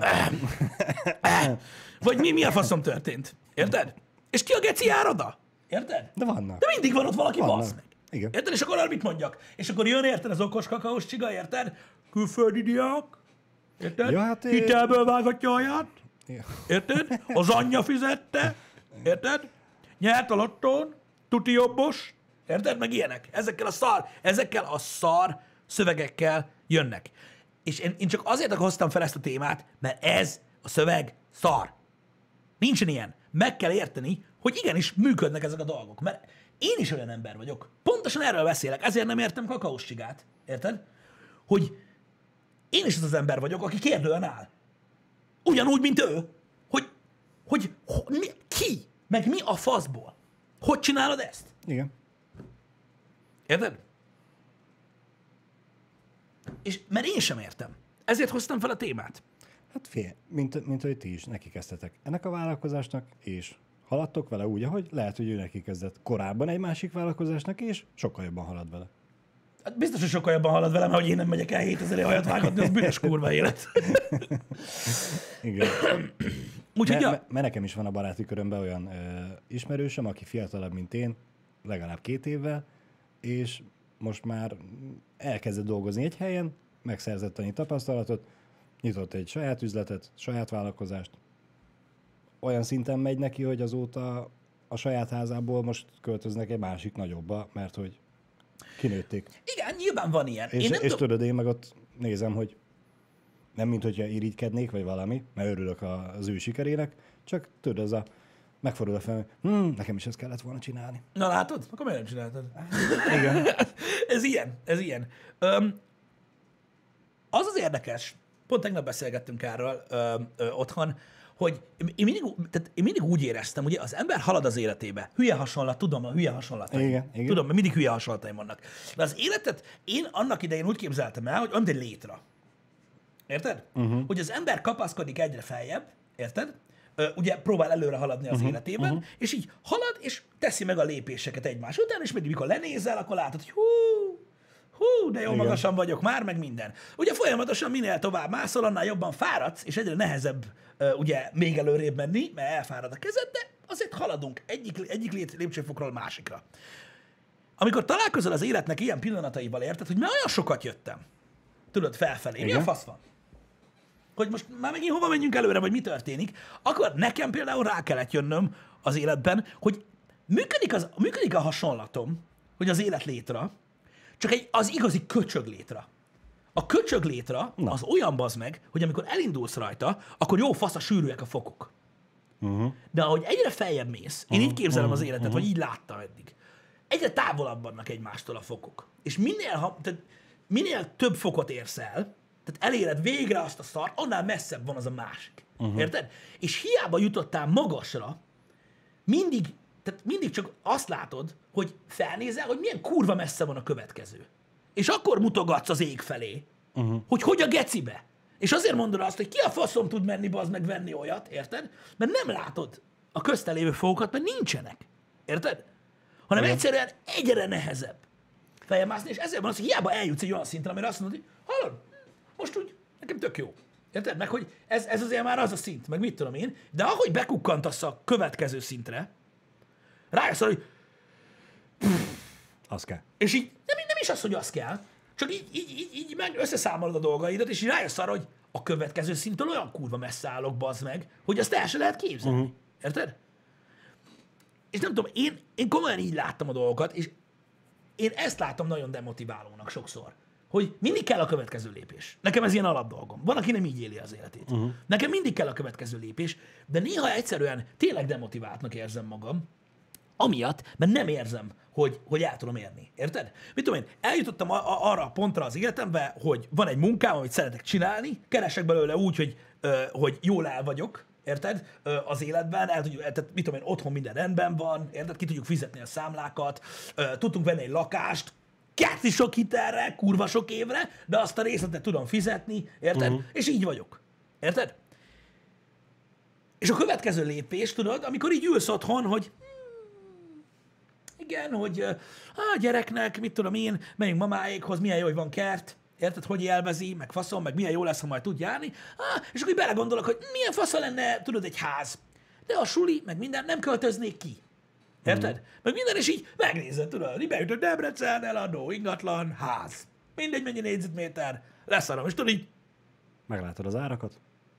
Vagy mi a faszom történt? Érted? És ki a geci jár oda? Érted? De vannak. De mindig van ott valaki, bassz meg. Igen. Érted? És akkor arra mit mondjak? És akkor jön, érted, az okos kakaós csiga, érted? Külföldi diák. Érted? Ja, hát hitelből vágatja a haját. Ja. Érted? Az anyja fizette. Érted? Nyert a lottón. Tuti jobbos. Érted? Meg ilyenek. Ezekkel a szar szövegekkel jönnek. És én csak azért hoztam fel ezt a témát, mert ez a szöveg szar. Nincsen ilyen. Meg kell érteni, hogy igenis működnek ezek a dolgok. Mert én is olyan ember vagyok. Pontosan erről beszélek. Ezért nem értem kakaós csigát. Érted? Hogy én is az az ember vagyok, aki kérdően áll. Ugyanúgy, mint ő. Hogy ki? Meg mi a faszból? Hogy csinálod ezt? Igen. Érted? És mert én sem értem. Ezért hoztam fel a témát. Hát fél, mint hogy ti is neki kezdtetek ennek a vállalkozásnak, és haladtok vele úgy, ahogy lehet, hogy ő neki kezdett korábban egy másik vállalkozásnak, és sokkal jobban halad vele. Hát biztos, hogy sokkal jobban halad velem, hogy én nem megyek el 7000 hajat vágatni, az büdös kurva élet. Igen. Úgyhogy mert nekem is van a baráti körömben olyan ismerősöm, aki fiatalabb, mint én, legalább 2 évvel, és most már elkezdett dolgozni egy helyen, megszerzett annyi tapasztalatot, nyitott egy saját üzletet, saját vállalkozást. Olyan szinten megy neki, hogy azóta a saját házából most költöznek egy másik nagyobba, mert hogy kinőtték. Igen, nyilván van ilyen. És tudod, én meg ott nézem, hogy nem mint hogyha irigykednék, vagy valami, mert örülök az ő sikerének, csak tudod, az a megfordul a fel, nekem is ezt kellett volna csinálni. Na látod? Akkor miért nem csináltad? Igen. Ez ilyen. Az az érdekes, pont tegnap beszélgettünk erről otthon, hogy én mindig úgy éreztem, ugye az ember halad az életébe. Hülye hasonlat, tudom, a hülye hasonlataim. Igen. Tudom, mert mindig hülye hasonlataim vannak. De az életet én annak idején úgy képzeltem el, hogy olyan, mint egy létra. Érted? Hogy az ember kapaszkodik egyre feljebb, érted? Ugye próbál előre haladni az életében, és így halad, és teszi meg a lépéseket egymás után, és mindig, mikor lenézel, akkor látod, hogy hú, de jó magasan vagyok már, meg minden. Ugye folyamatosan minél tovább mászol, annál jobban fáradsz, és egyre nehezebb ugye még előrébb menni, mert elfárad a kezed, de azért haladunk egyik lépcsőfokról másikra. Amikor találkozol az életnek ilyen pillanataival, érted, hogy már olyan sokat jöttem, tudod, felfelé, mi a fasz van? Hogy most már megint hova menjünk előre, vagy mi történik, akkor nekem például rá kellett jönnöm az életben, hogy működik a hasonlatom, hogy az élet létra, csak az igazi köcsög létra. A köcsög létra az olyan bazd meg, hogy amikor elindulsz rajta, akkor jó fasz a sűrűek a fokok. De ahogy egyre feljebb mész, én így képzelem az életet, vagy így láttam eddig, egyre távolabb vannak egymástól a fokok. És minél több fokot érsz el, tehát eléred végre azt a szart, annál messzebb van az a másik. Érted? És hiába jutottál magasra, mindig csak azt látod, hogy felnézel, hogy milyen kurva messze van a következő. És akkor mutogatsz az ég felé, hogy a gecibe. És azért mondod azt, hogy ki a faszom tud menni, bazd meg venni olyat, érted? Mert nem látod a köztelévő fokokat, mert nincsenek. Érted? hanem Igen. egyszerűen egyre nehezebb feljebb mászni, és ezért van az, hogy hiába eljutsz egy olyan szintre, amire azt mondod, hogy hallod, most úgy nekem tök jó. Érted? Meg, hogy ez azért már az a szint, meg mit tudom én, de ahogy bekukkantasz a következő szintre, rájössz, hogy Az kell. és így nem is az, hogy az kell, csak így meg összeszámolod a dolgaidat, és így rájössz arra, hogy a következő szinttől olyan kurva messze állok, bazd meg, hogy azt el se lehet képzelni. Érted? És nem tudom, én komolyan így láttam a dolgokat, és én ezt látom nagyon demotiválónak sokszor, hogy mindig kell a következő lépés. Nekem ez ilyen alapdolgom. Van, aki nem így éli az életét. Nekem mindig kell a következő lépés, de néha egyszerűen tényleg demotiváltnak érzem magam, amiatt, mert nem érzem, hogy el tudom érni. Érted? Mit tudom én, eljutottam arra a pontra az életemben, hogy van egy munkám, amit szeretek csinálni, keresek belőle úgy, hogy jól el vagyok, érted? Az életben, tehát mit tudom én, otthon minden rendben van, érted? Ki tudjuk fizetni a számlákat, tudtunk venni egy lakást, kerti sok hitelre, kurva sok évre, de azt a részletet tudom fizetni, érted? És így vagyok. Érted? És a következő lépés, tudod, amikor így ülsz otthon, hogy igen, hogy a gyereknek, mit tudom én, menjünk mamáékhoz, milyen jó, hogy van kert, érted, hogy élvezi, meg faszom, meg milyen jó lesz, ha majd tud járni, és akkor így belegondolok, hogy milyen fasza lenne, tudod, egy ház. De a suli, meg minden, nem költöznék ki. Érted? Meg minden, és így megnézed, tudod, így beütött Debrecen, eladó, ingatlan, ház. Mindegy, mennyi négyzetméter, leszarom, és tudod így, Meglátod az árakat?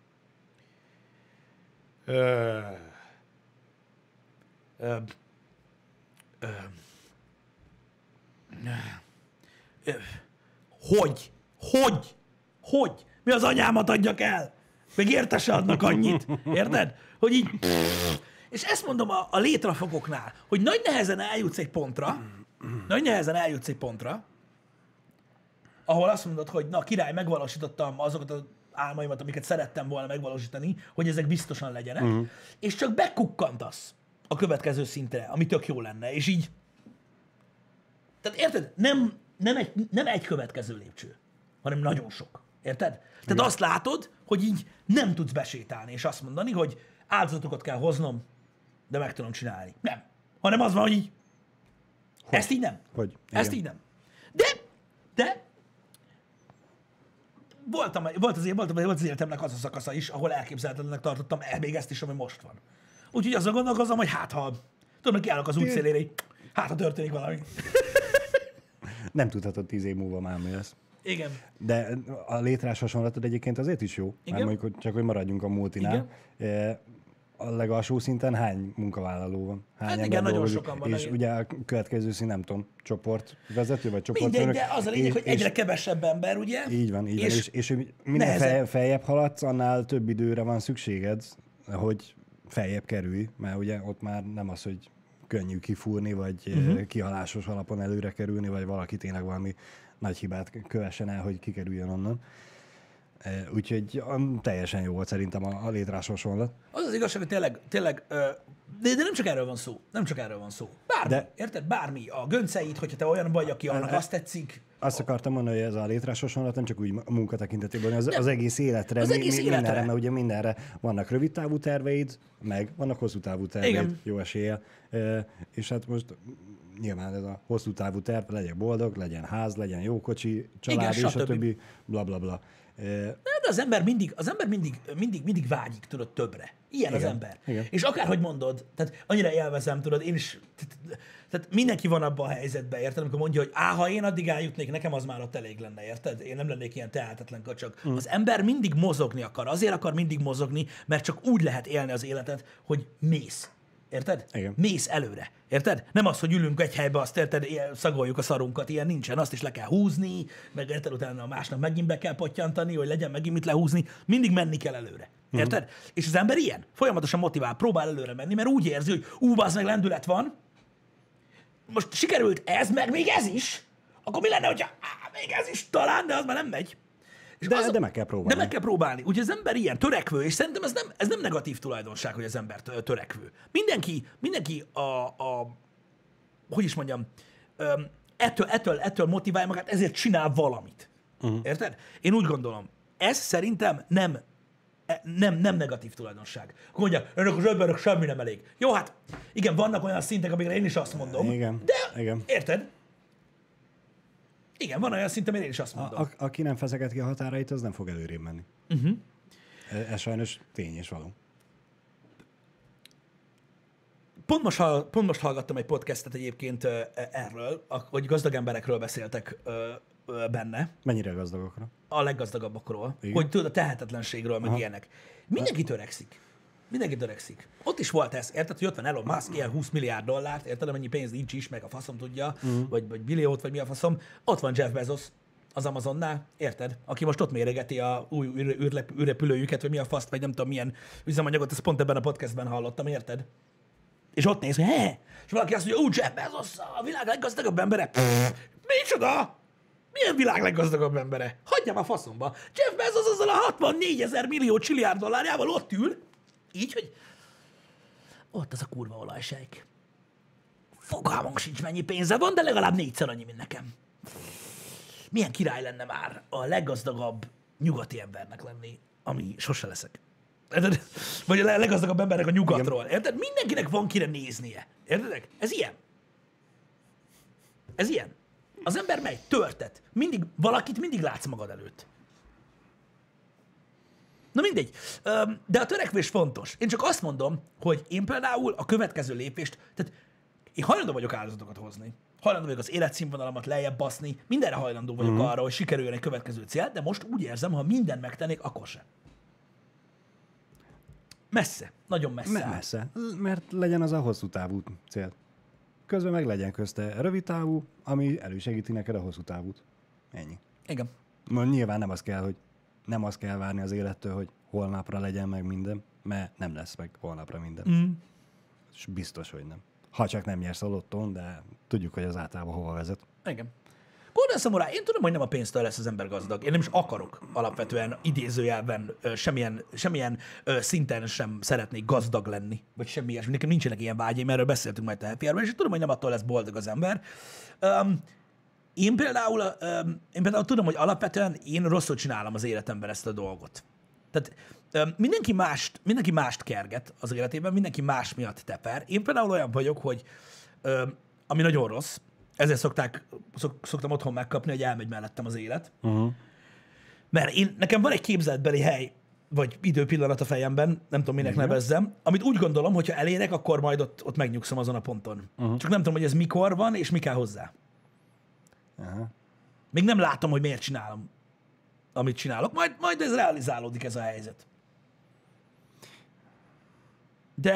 Hogy? Mi az anyámat adjak el? Még érte se adnak annyit. Érted? Hogy így... És ezt mondom a létrafogoknál, hogy nagy nehezen eljutsz egy pontra, ahol azt mondod, hogy na király, megvalósítottam azokat az álmaimat, amiket szerettem volna megvalósítani, hogy ezek biztosan legyenek, és csak bekukkantasz a következő szintre, ami tök jó lenne, és így... Tehát érted? Nem egy következő lépcső, hanem nagyon sok. Érted? Tehát azt látod, hogy így nem tudsz besétálni, és azt mondani, hogy áldozatokat kell hoznom, de meg tudom csinálni. Nem. Hanem az van, hogy így... Ezt így nem. Hogy? Ezt Igen. így nem. De volt az életemnek az a szakasza is, ahol elképzelhetetlennek tartottam még ezt is, ami most van. Úgyhogy azon gondolkozom, hogy tudom, hogy kiállok az útszélére, hogy ha történik valami. Nem tudhatod 10 év múlva már mi lesz. Igen. De a létrás hasonlatod egyébként azért is jó. Igen. Már mondjuk, csak hogy maradjunk a multinál. A legalsó szinten hány munkavállaló van? Hány Hát ember igen, nagyon dolgozik? sokan van. És ugye a következő szín, nem tudom, csoportvezető vagy csoportfőnök. Mindegy, de az a lényeg, hogy egyre kevesebb ember, ugye? Így van. És minél nehezebb. feljebb haladsz, annál több időre van szükséged, hogy feljebb kerülj, mert ugye ott már nem az, hogy könnyű kifúrni, vagy kihalásos alapon előre kerülni, vagy valaki tényleg valami nagy hibát kövessen el, hogy kikerüljön onnan. Úgyhogy teljesen jó volt szerintem a létrás hasonlat. Az az igazság, hogy tényleg de nem csak erről van szó. Nem csak erről van szó. Bármi, érted? Bármi. A gönceit, hogyha te olyan vagy, aki annak azt tetszik. Azt akartam mondani, hogy ez a létrás hasonlat nem csak úgy a munka tekintetében, az egész életre. Az egész életre. Mindenre, mert ugye mindenre vannak rövid távú terveid, meg vannak hosszú távú terveid, igen. Jó eséllyel. És hát most nyilván ez a hosszú távú terv, legyen boldog, legyen ház, legyen jó kocsi, család, igen, és a többi, bla bla bla. De az ember mindig vágyik, tudod, többre. Ilyen igen, az ember. Igen. És akárhogy mondod, tehát annyira élvezem, tudod, én is, tehát mindenki van abban a helyzetben, érted, amikor mondja, hogy ha én addig eljutnék, nekem az már ott elég lenne, érted? Én nem lennék ilyen tehetetlen kacsak. Az ember mindig mozogni akar, azért akar mindig mozogni, mert csak úgy lehet élni az életet, hogy mész. Érted? Igen. Mész előre. Érted? Nem az, hogy ülünk egy helybe, azt érted, szagoljuk a szarunkat, ilyen nincsen, azt is le kell húzni, meg érted, utána a másnap megint be kell pottyantani, hogy legyen megint mit lehúzni, mindig menni kell előre. Érted? És az ember ilyen, folyamatosan motivál, próbál előre menni, mert úgy érzi, hogy az meg lendület van, most sikerült ez, meg még ez is, akkor mi lenne, hogyha még ez is talán, de az már nem megy. És de meg kell próbálni. De meg kell próbálni. Úgyhogy az ember ilyen törekvő, és szerintem ez nem negatív tulajdonság, hogy az ember törekvő. Mindenki hogy is mondjam, ettől motiválja magát, ezért csinál valamit. Érted? Én úgy gondolom, ez szerintem nem nem negatív tulajdonság. Akkor mondja, ennek az embernek semmi nem elég. Jó, hát igen, vannak olyan szintek, amikre én is azt mondom, Igen, de igen. érted? Igen, van olyan szint, amire én is azt mondom. Aki nem feszeget ki a határait, az nem fog előrébb menni. Ez sajnos tény és való. Pont most hallgattam egy podcastet egyébként erről, hogy gazdag emberekről beszéltek benne. Mennyire gazdagokra? A leggazdagabbakról. Igen. Hogy tudod, a tehetetlenségről, meg ilyenek. Mindenki törekszik. Mindenki törekszik. Ott is volt ez, érted, hogy ott van Elon Musk, ilyen 20 milliárd dollárt, érted, amennyi pénz nincs is, meg a faszom tudja, vagy milliót, vagy mi a faszom. Ott van Jeff Bezos az Amazonnál, érted? Aki most ott méregeti a új űrrepülőjüket, vagy mi a faszt, vagy nem tudom milyen üzemanyagot, ezt pont ebben a podcastben hallottam, érted? És ott néz, hogy és valaki azt mondja, Jeff Bezos, a világ leggazdagabb embere. Micsoda? Milyen világ leggazdagabb embere? Hagyjam a faszomba. Jeff Bezos azzal a 64 000 millió csilliárd dollárjával ott ül, így, hogy ott az a kurva olajsejk. Fogalmam sincs, mennyi pénze van, de legalább 4-szer annyi, mint nekem. Milyen király lenne már a leggazdagabb nyugati embernek lenni, ami sose leszek. Érted? Vagy a leggazdagabb embernek a nyugatról. Érted? Mindenkinek van kire néznie. Értedek? Ez ilyen. Ez ilyen. Az ember megy, törtet. Valakit mindig látsz magad előtt. Na mindegy. De a törekvés fontos. Én csak azt mondom, hogy én például a következő lépést, tehát én hajlandó vagyok áldozatokat hozni. Hajlandó vagyok az életszínvonalamat lejjebb baszni, mindenre hajlandó vagyok arra, hogy sikerüljön egy következő cél, de most úgy érzem, ha mindent megtennék, akkor sem. Messze. Nagyon messze áll. Messze. Mert legyen az a hosszú távú cél. Közben meg legyen közte rövid távú, ami elősegíti neked a hosszú távút. Ennyi. Igen. Nyilván nem azt kell várni az élettől, hogy holnapra legyen meg minden, mert nem lesz meg holnapra minden. És biztos, hogy nem. Ha csak nem nyersz a lottón, de tudjuk, hogy az általában hova vezet. Igen. Gordon Samurai, én tudom, hogy nem a pénztől lesz az ember gazdag. Én nem is akarok alapvetően idézőjelben semmilyen szinten sem szeretnék gazdag lenni, vagy semmi ilyesmi. Nekem nincsenek ilyen vágyaim, erről beszéltünk majd a Happy Hour-ben, és tudom, hogy nem attól lesz boldog az ember. Én például tudom, hogy alapvetően én rosszul csinálom az életemben ezt a dolgot. Tehát mindenki mást kerget az életében, mindenki más miatt teper. Én például olyan vagyok, hogy ami nagyon rossz, ezért szoktam otthon megkapni, hogy elmegy mellettem az élet. Mert nekem van egy képzeletbeli hely, vagy időpillanat a fejemben, nem tudom, minek nevezzem, amit úgy gondolom, hogy ha elérek, akkor majd ott megnyugszom azon a ponton. Csak nem tudom, hogy ez mikor van, és mi kell hozzá. Még nem látom, hogy miért csinálom, amit csinálok. Majd ez realizálódik, ez a helyzet. De...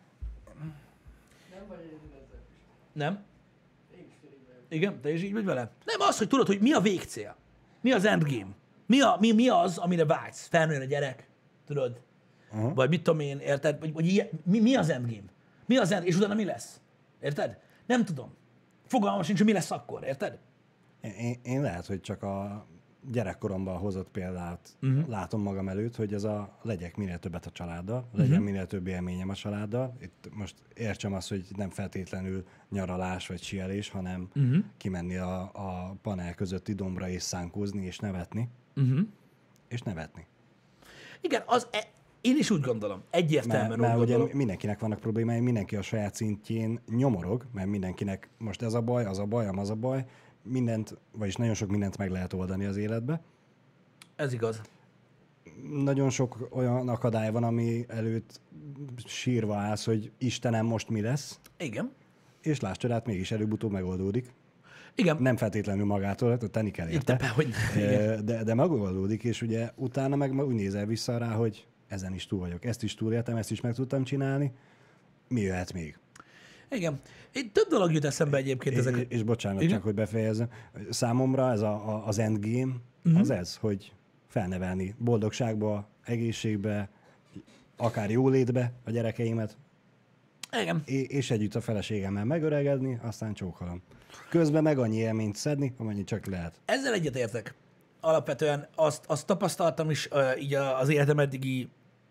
Nem vagy egyedül ezzel. Nem? Én is így vagyok. Igen? Te is így vagy vele? Nem az, hogy tudod, hogy mi a végcél. Mi az endgame. Mi az, amire vágysz? Felnőjön a gyerek, tudod? Vagy mit tudom én, érted? Vagy mi az endgame? És utána mi lesz? Érted? Nem tudom. Fogalmam sincs, hogy mi lesz akkor, érted? Én lehet, hogy csak a gyerekkoromban hozott példát látom magam előtt, hogy ez legyek minél többet a családdal, legyen minél több élményem a családdal. Itt most értsem azt, hogy nem feltétlenül nyaralás vagy síelés, hanem kimenni a panel közötti dombra és szánkózni és nevetni. És nevetni. Igen, én is úgy gondolom. Egyértelműen Mert úgy ugye gondolom. mindenkinek vannak problémái, mindenki a saját szintjén nyomorog, mert mindenkinek most ez a baj, az a baj, mindent, vagyis nagyon sok mindent meg lehet oldani az életbe. Ez igaz. Nagyon sok olyan akadály van, ami előtt sírva állsz, hogy Istenem, most mi lesz, Igen. és láss csodát, mégis előbb-utóbb megoldódik. Igen. Nem feltétlenül magától, tenni kell érte, de megoldódik, és ugye utána meg úgy nézel vissza rá, hogy ezen is túl vagyok, ezt is túléltem, ezt is meg tudtam csinálni, mi jöhet még? Igen. Több dolog jut eszembe egyébként ezek. És bocsánat, Igen? csak hogy befejezzem. Számomra ez az endgame, az ez, hogy felnevelni boldogságba, egészségbe, akár jólétbe a gyerekeimet, Igen. és együtt a feleségemmel megöregedni, aztán csókolom. Közben meg annyi élményt szedni, amennyi csak lehet. Ezzel egyetértek. Alapvetően azt tapasztaltam is így az életem eddigi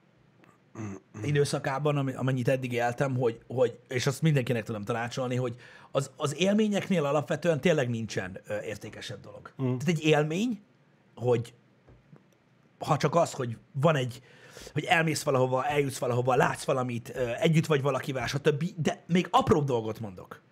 időszakában, amennyit eddig éltem, hogy és azt mindenkinek tudom tanácsolni, hogy az élményeknél alapvetően tényleg nincsen értékesebb dolog. Tehát egy élmény, hogy ha csak az, hogy van egy hogy elmész valahova, eljutsz valahova, látsz valamit, együtt vagy valakivel, stb. De még apróbb dolgot mondok.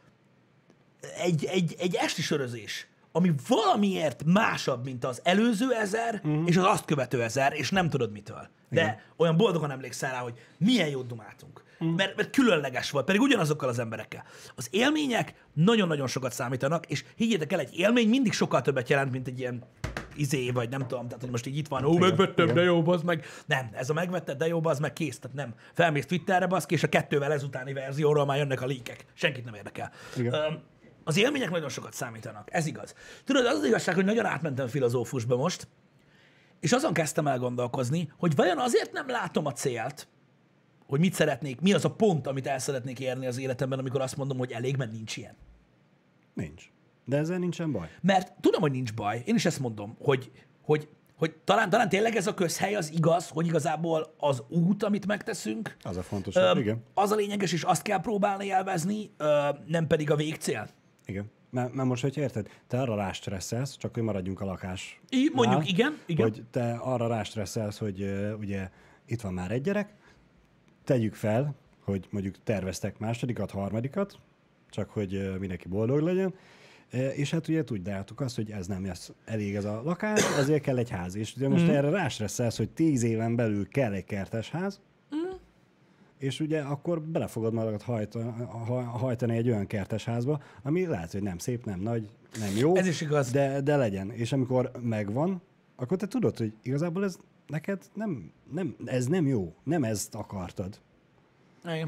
Egy esti sörözés, ami valamiért másabb, mint az előző 1000, és az azt követő 1000, és nem tudod mitől. De Igen. olyan boldogan emlékszel rá, hogy milyen jót dumáltunk. Mert különleges volt, pedig ugyanazokkal az emberekkel. Az élmények nagyon-nagyon sokat számítanak, és higgyétek el, egy élmény mindig sokkal többet jelent, mint egy ilyen vagy nem tudom, tehát hogy most így itt van, megvettem, de jó, bazd meg. Nem, ez a megvetted, de jó, bazd meg, kész, tehát nem. Felmész Twitterre, bazd ki, és a 2-vel ezutáni verzióról már jönnek a líkek. Senkit nem érdekel. Az élmények nagyon sokat számítanak, ez igaz. Tudod, az igazság, hogy nagyon átmentem filozófusba most, és azon kezdtem el gondolkozni, hogy vajon azért nem látom a célt, hogy mit szeretnék, mi az a pont, amit el szeretnék érni az életemben, amikor azt mondom, hogy elég, mert nincs ilyen. Nincs. De ezzel nincsen baj. Mert tudom, hogy nincs baj, én is ezt mondom, hogy talán tényleg ez a közhely az igaz, hogy igazából az út, amit megteszünk, Az a fontos, igen. az a lényeges, és azt kell próbálni élvezni, nem pedig a végcél. Igen. Mert most, hogy érted, te arra rástresszelsz, csak hogy maradjunk a lakás. Mondjuk, igen. Hogy te arra rástresszelsz, hogy ugye itt van már egy gyerek, tegyük fel, hogy mondjuk terveztek másodikat, harmadikat, csak hogy mindenki boldog legyen, és hát ugye tudjátok azt, hogy ez nem lesz elég ez a lakás, ezért kell egy ház. És ugye most erre rástresszelsz, hogy 10 éven belül kell egy kertes ház, és ugye akkor bele fogod magadat hajtani egy olyan kertes házba, ami lehet, hogy nem szép, nem nagy, nem jó, Ez is igaz. de legyen. És amikor megvan, akkor te tudod, hogy igazából ez neked ez nem jó, nem ezt akartad. Igen.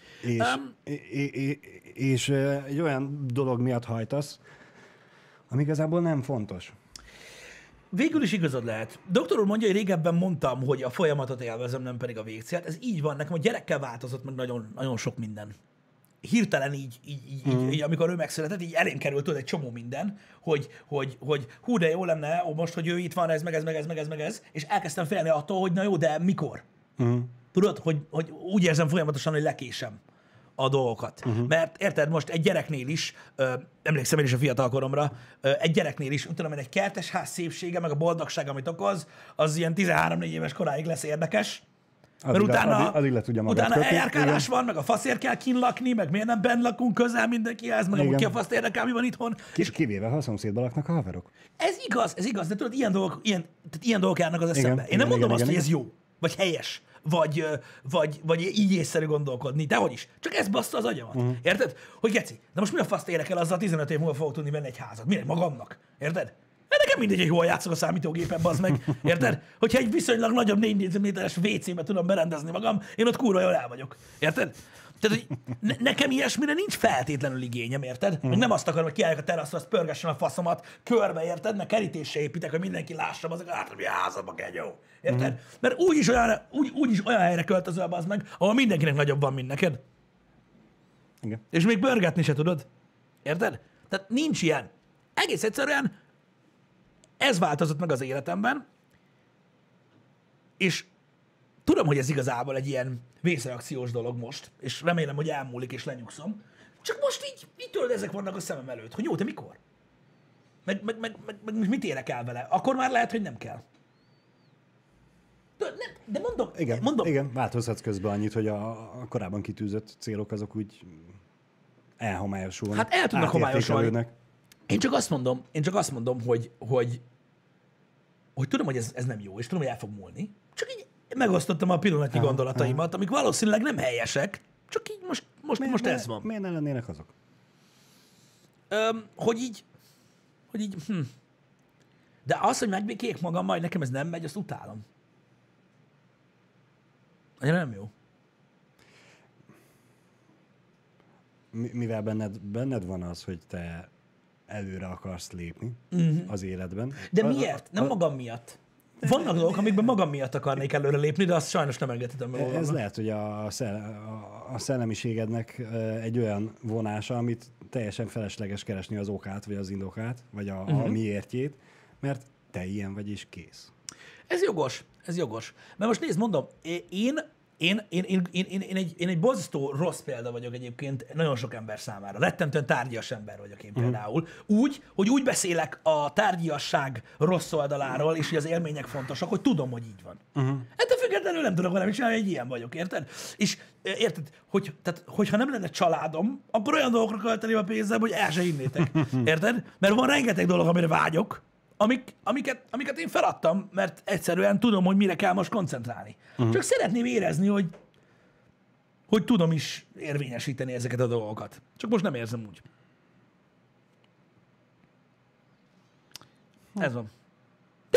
És egy olyan dolog miatt hajtasz, ami igazából nem fontos. Végül is igazad lehet. Doktor úr mondja, hogy régebben mondtam, hogy a folyamatot élvezem, nem pedig a végcélt. Ez így van. Nekem a gyerekkel változott meg nagyon, nagyon sok minden. Hirtelen így, amikor ő megszületett, így elém került tudod egy csomó minden, hogy hú, de jó lenne, most, hogy ő itt van, ez, meg ez, és elkezdtem félni attól, hogy na jó, de mikor? Tudod, hogy úgy érzem folyamatosan, hogy lekésem a dolgokat. Mert érted, most egy gyereknél is, emlékszem én is a fiatalkoromra, egy gyereknél is, tudom én, egy kertesház szépsége, meg a boldogság, amit okoz, az ilyen 13-4 éves koráig lesz érdekes. Mert addig le tudja magát utána kötni. eljárkálás van, meg a faszért kell kint lakni, meg miért nem benn lakunk közel mindenkihez, meg amúgy ki a faszt érdekel, mi van itthon. És Kivéve, ha a szomszédban laknak a haverok. ez igaz, de tudod, ilyen dolgok járnak az eszembe. Én nem mondom azt, hogy ez jó, vagy helyes, vagy így észszerű gondolkodni, de hogy is. Csak ez bassza az agyamat. Érted? Hogy geci, de most mi a faszt érdekel, azzal 15 év múlva fogok tudni venni egy házat. Miért? Magamnak. Érted? Hát nekem mindegy, hogy hol játszok a számítógépen, bazd meg. Érted? Hogyha egy viszonylag nagyobb 4 négyzetméteres WC-be tudom berendezni magam, én ott kurva jól el vagyok. Érted? Tehát, hogy nekem ilyesmire nincs feltétlenül igényem, érted? Meg nem azt akarom, hogy kiálljak a teraszra, azt pörgessem a faszomat körbe, érted? Meg kerítéssel építek, hogy mindenki lássa, azok hát, mi a házamba kenyó. Érted? Mert úgyis olyan helyre költözöl, bazd meg, ahol mindenkinek nagyobb van, mint neked. Igen. És még pörgetni se tudod. Érted? Tehát nincs ilyen. Egész egyszerűen ez változott meg az életemben, és tudom, hogy ez igazából egy ilyen vészreakciós dolog most, és remélem, hogy elmúlik, és lenyugszom. Csak most így tudod, ezek vannak a szemem előtt, hogy jó, de mikor? Meg mit érek el vele? Akkor már lehet, hogy nem kell. De mondom. Igen, változhatsz közben annyit, hogy a korábban kitűzött célok azok úgy elhomályosulnak. Hát el tudnak homályosulni. átértékelődnek. Én csak azt mondom, hogy tudom, hogy ez nem jó, és tudom, hogy el fog múlni. Csak így megosztottam a pillanatnyi gondolataimat, amik valószínűleg nem helyesek, csak így most ez van. Miért ne lennének azok? Hogy így, De az, hogy megbékéljek magammal, hogy nekem ez nem megy, azt utálom. Annyira nem jó. Mivel benned van az, hogy te előre akarsz lépni az életben. De miért? Nem magam miatt. Vannak dolgok, amikben magam miatt akarnék előre lépni, de azt sajnos nem engedhetem meg magamnak. Ez lehet, hogy a szellemiségednek egy olyan vonása, amit teljesen felesleges keresni az okát, vagy az indokát, vagy a miértjét, mert te ilyen vagy, és kész. Ez jogos. Mert most nézd, mondom, én egy borzasztó rossz példa vagyok egyébként nagyon sok ember számára. Rettentően tárgyas ember vagyok én például. Úgy beszélek a tárgyasság rossz oldaláról, és hogy az élmények fontosak, hogy tudom, hogy így van. Ettől függetlenül nem tudok valamit csinálni, egy ilyen vagyok, érted? És érted, tehát, hogyha nem lenne családom, akkor olyan dolgokra költeném a pénzem, hogy el se hinnétek. Érted? Mert van rengeteg dolog, amire vágyok, amiket én feladtam, mert egyszerűen tudom, hogy mire kell most koncentrálni. Csak szeretném érezni, hogy tudom is érvényesíteni ezeket a dolgokat. Csak most nem érzem úgy. Ez van. De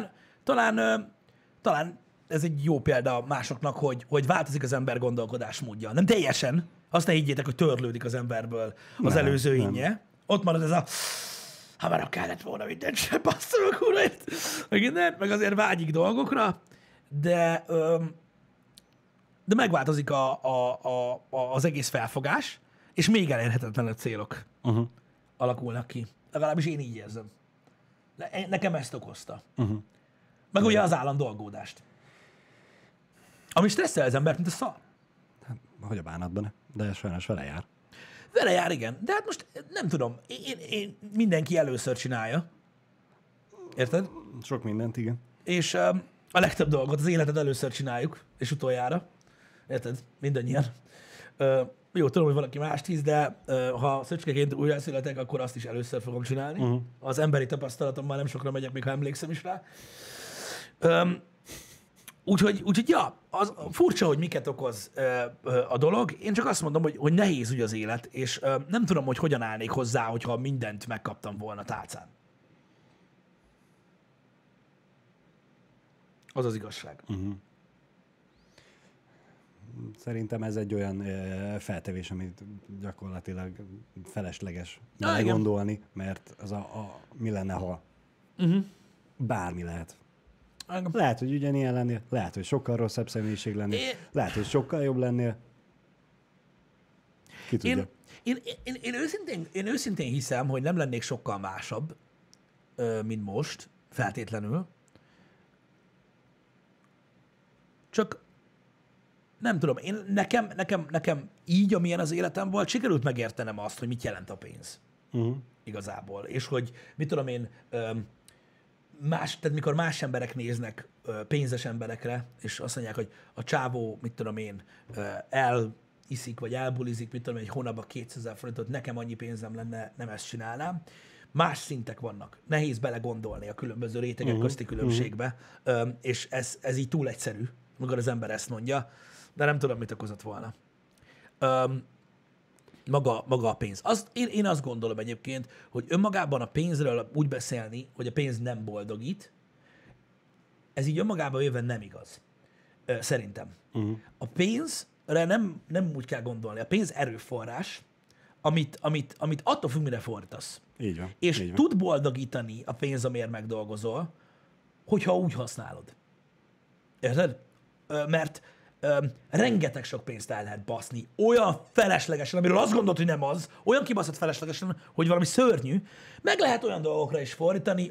talán ez egy jó példa másoknak, hogy változik az ember gondolkodásmódja. Nem teljesen. Azt ne higgyétek, hogy törlődik az emberből az előző énje. Ott marad ez a hamarabb kellett volna mindent sem, bassza meg, urait, meg azért vágyik dolgokra, de megváltozik az egész felfogás, és még elérhetetlenebb célok alakulnak ki. Legalábbis én így érzem. Nekem ezt okozta. Meg ugye az állandó aggódást. Ami stresszel az embert, mint a szar. Hát, hogy a bánatban, de sajnos vele jár. Vele jár, igen. De hát most nem tudom, én mindenki először csinálja. Érted? Sok mindent, igen. És a legtöbb dolgot az életed először csináljuk, és utoljára. Érted? Mindannyian. Jó, tudom, hogy valaki mást hisz, de ha szöcskeként újjászületek, akkor azt is először fogom csinálni. Az emberi tapasztalatommal nem sokra megyek, még ha emlékszem is rá. Úgyhogy ja, az furcsa, hogy miket okoz a dolog. Én csak azt mondom, hogy nehéz ugye az élet, és nem tudom, hogy hogyan állnék hozzá, hogyha mindent megkaptam volna tálcán. Az az igazság. Szerintem ez egy olyan feltevés, amit gyakorlatilag felesleges igen. gondolni, mert az mi lenne, ha bármi lehet. Lehet, hogy ugyanilyen lennél, lehet, hogy sokkal rosszabb személyiség lennél, lehet, hogy sokkal jobb lennél. Ki tudja. Én őszintén hiszem, hogy nem lennék sokkal másabb, mint most, feltétlenül. Csak nem tudom, nekem így, amilyen az életem volt, sikerült megértenem azt, hogy mit jelent a pénz. Igazából. És hogy, mit tudom én, tehát mikor más emberek néznek pénzes emberekre, és azt mondják, hogy a csávó, mit tudom én, eliszik, vagy elbulizik, mit tudom én, egy hónapban 200 000 forintot, nekem annyi pénzem lenne, nem ezt csinálnám. Más szintek vannak. Nehéz belegondolni a különböző rétegek közti különbségbe, és ez így túl egyszerű, amikor az ember ezt mondja, de nem tudom, mit okozott volna. Maga a pénz. Én azt gondolom egyébként, hogy önmagában a pénzről úgy beszélni, hogy a pénz nem boldogít, ez így önmagában véve nem igaz. Szerintem. A pénzre nem úgy kell gondolni. A pénz erőforrás, amit attól függ, mire fordítasz. Így van. És így van. tud boldogítani a pénz, amiért megdolgozol, hogyha úgy használod. Érted? Mert rengeteg sok pénzt el lehet baszni. Olyan feleslegesen, amiről azt gondolod, hogy nem az, olyan kibaszott feleslegesen, hogy valami szörnyű. Meg lehet olyan dolgokra is fordítani,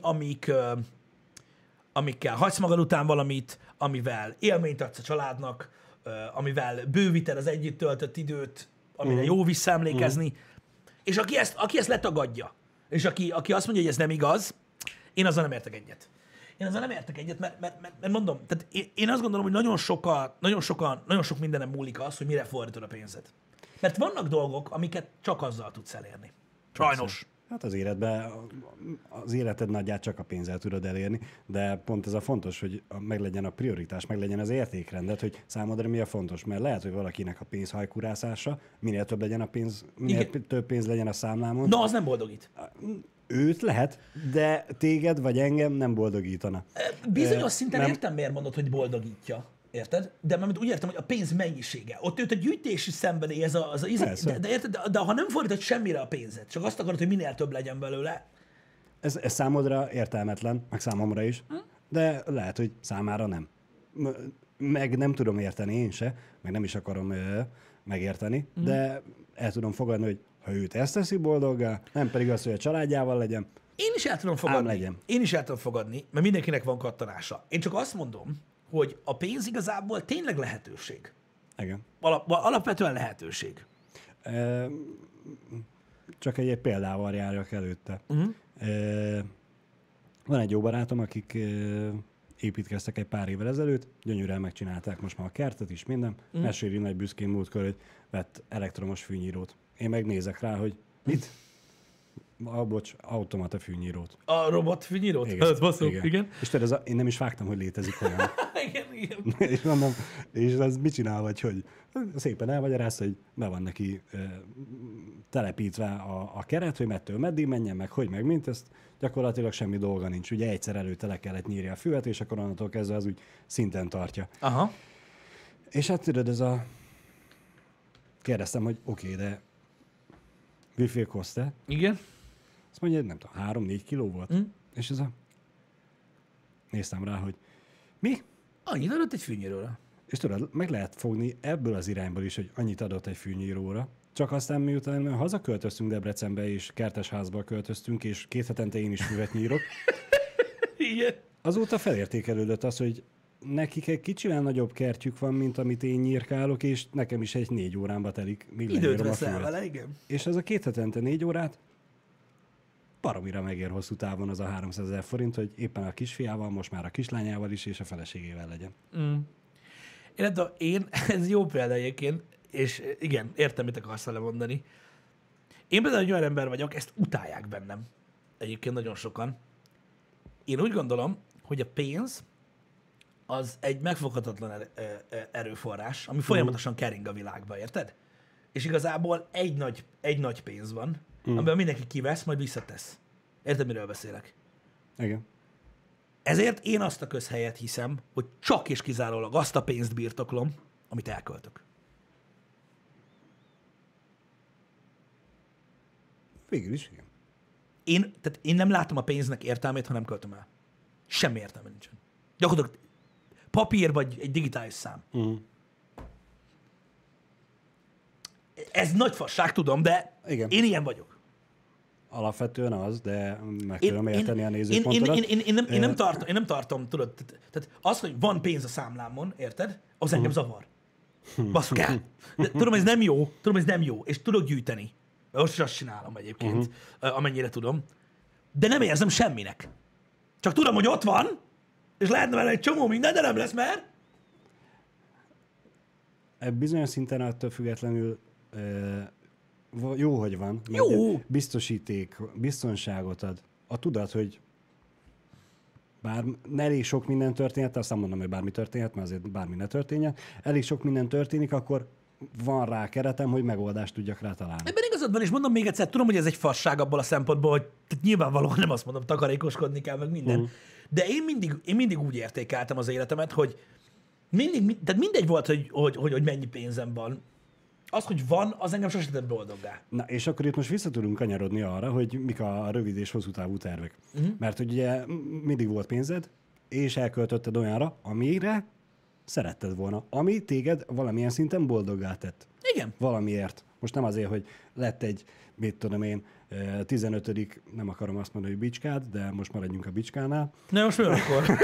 amikkel hagysz magad után valamit, amivel élményt adsz a családnak, amivel bővíted az együtt töltött időt, amire jó visszaemlékezni. És aki ezt letagadja, és aki azt mondja, hogy ez nem igaz, én azzal nem értek egyet. Mert mondom, tehát én azt gondolom, hogy nagyon sok mindenem múlik az, hogy mire fordítod a pénzed. Mert vannak dolgok, amiket csak azzal tudsz elérni. Sajnos. Hát az életed nagyját csak a pénzzel tudod elérni, de pont ez a fontos, hogy meglegyen a prioritás, meglegyen az értékrendet, hogy számodra mi a fontos. Mert lehet, hogy valakinek a pénz hajkurászása, minél több legyen a pénz, több pénz legyen a számlámon. Na, az nem boldogít. Őt lehet, de téged vagy engem nem boldogítana. Bizonyos szinten értem, miért mondod, hogy boldogítja. Érted? De mert úgy értem, hogy a pénz mennyisége. Ott őt a gyűjtési szenvedély, de érted? De ha nem fordítod semmire a pénzet, csak azt akarod, hogy minél több legyen belőle. Ez számodra értelmetlen, meg számomra is, de lehet, hogy számára nem. Meg nem tudom érteni én se, meg nem is akarom megérteni, de el tudom fogadni, hogy ha őt ezt teszi boldoggá, nem pedig az, hogy a családjával legyen. Én is el tudom fogadni. Legyen. Én is el tudom fogadni, mert mindenkinek van kattanása. Én csak azt mondom, hogy a pénz igazából tényleg lehetőség. Igen. Alapvetően lehetőség. Csak egy példával járjak előtte. Van egy jó barátom, akik építkeztek egy pár évvel ezelőtt, gyönyörűen megcsinálták most már a kertet is, minden. Meséli nagy büszkén múltkor, hogy vett elektromos fűnyírót. Én megnézek rá, hogy mit? Bocs, automata fűnyírót. A robot fűnyírót? Ez baszó, igen. És tudod, én nem is vágtam, hogy létezik olyan. igen. És mondom, és ez mit csinál, vagy hogy szépen elmagyarázta, hogy be van neki telepítve a keret, hogy mettől meddig menjen, meg hogy, meg mint, ezt gyakorlatilag semmi dolga nincs. Ugye egyszer előtte le kellett nyírni a füvet, és akkor onnantól kezdve az úgy szinten tartja. Aha. És hát tudod, kérdeztem, hogy oké, de wie koszte? Igen. Azt mondja, hogy nem tudom, 3-4 kiló volt. És néztem rá, hogy mi? Annyit adott egy fűnyíróra. És tudod, meg lehet fogni ebből az irányból is, hogy annyit adott egy fűnyíróra. Csak aztán miután hazaköltöztünk Debrecenbe, és kertesházba költöztünk, és 2 hetente én is füvet nyírok. Igen. Azóta felértékelődött az, hogy nekik egy kicsivel nagyobb kertjük van, mint amit én nyírkálok, és nekem is egy 4 órámba telik, míg Időt lenyírom a veszel füvet. vele, igen. És ez a 2 hetente 4 órát baromira megér hosszú távon az a 300 000 forint, hogy éppen a kisfiával, most már a kislányával is, és a feleségével legyen. Ez jó példa egyébként, és igen, értem, mit akarsz vele mondani. Én például egy olyan ember vagyok, ezt utálják bennem. Egyébként nagyon sokan. Én úgy gondolom, hogy a pénz az egy megfoghatatlan erőforrás, ami folyamatosan kering a világba, érted? És igazából egy nagy pénz van, amiben mindenki kivesz, majd visszatesz. Érted, miről beszélek? Igen. Ezért én azt a közhelyet hiszem, hogy csak és kizárólag azt a pénzt birtoklom, amit elköltök. Végül is, igen. Tehát én nem látom a pénznek értelmét, ha nem költöm el. Semmi értelme nincsen. Gyakorlatilag papír vagy egy digitális szám. Ez nagy fasság, tudom, de Igen. én ilyen vagyok. Alapvetően az, de meg tudom érteni a nézőpontodat. Én nem tartom, tudod, tehát az, hogy van pénz a számlámon, érted? Az engem zavar. Basszuk el. De tudom, ez nem jó, és tudok gyűjteni. Most is azt csinálom egyébként, amennyire tudom. De nem érzem semminek. Csak tudom, hogy ott van, és lehetne vele egy csomó minden, de nem lesz, mert... Bizonyos szinten attól függetlenül jó, hogy van. Jó. Biztonságot ad. A tudat, hogy bár elég sok minden történhet, azt nem mondom, hogy bármi történhet, mert azért bármi ne történjen. Elég sok minden történik, akkor van rá keretem, hogy megoldást tudjak rá találni. Ebben igazad van, és mondom még egyszer, tudom, hogy ez egy fasság abból a szempontból, hogy nyilvánvalóan nem azt mondom, takarékoskodni kell, meg minden. De én mindig úgy értékeltem az életemet, hogy tehát mindegy volt, hogy mennyi pénzem van. Az, hogy van, az engem sosem tett boldoggá. Na, és akkor itt most vissza tudunk kanyarodni arra, hogy mik a rövid és hosszú távú tervek. Mert hogy ugye mindig volt pénzed, és elköltötted olyanra, amire szeretted volna, ami téged valamilyen szinten boldoggá tett. Igen. Valamiért. Most nem azért, hogy lett egy, mit tudom én, 15. nem akarom azt mondani, hogy bicskád, de most maradjunk a bicskánál. Na most mi akkor?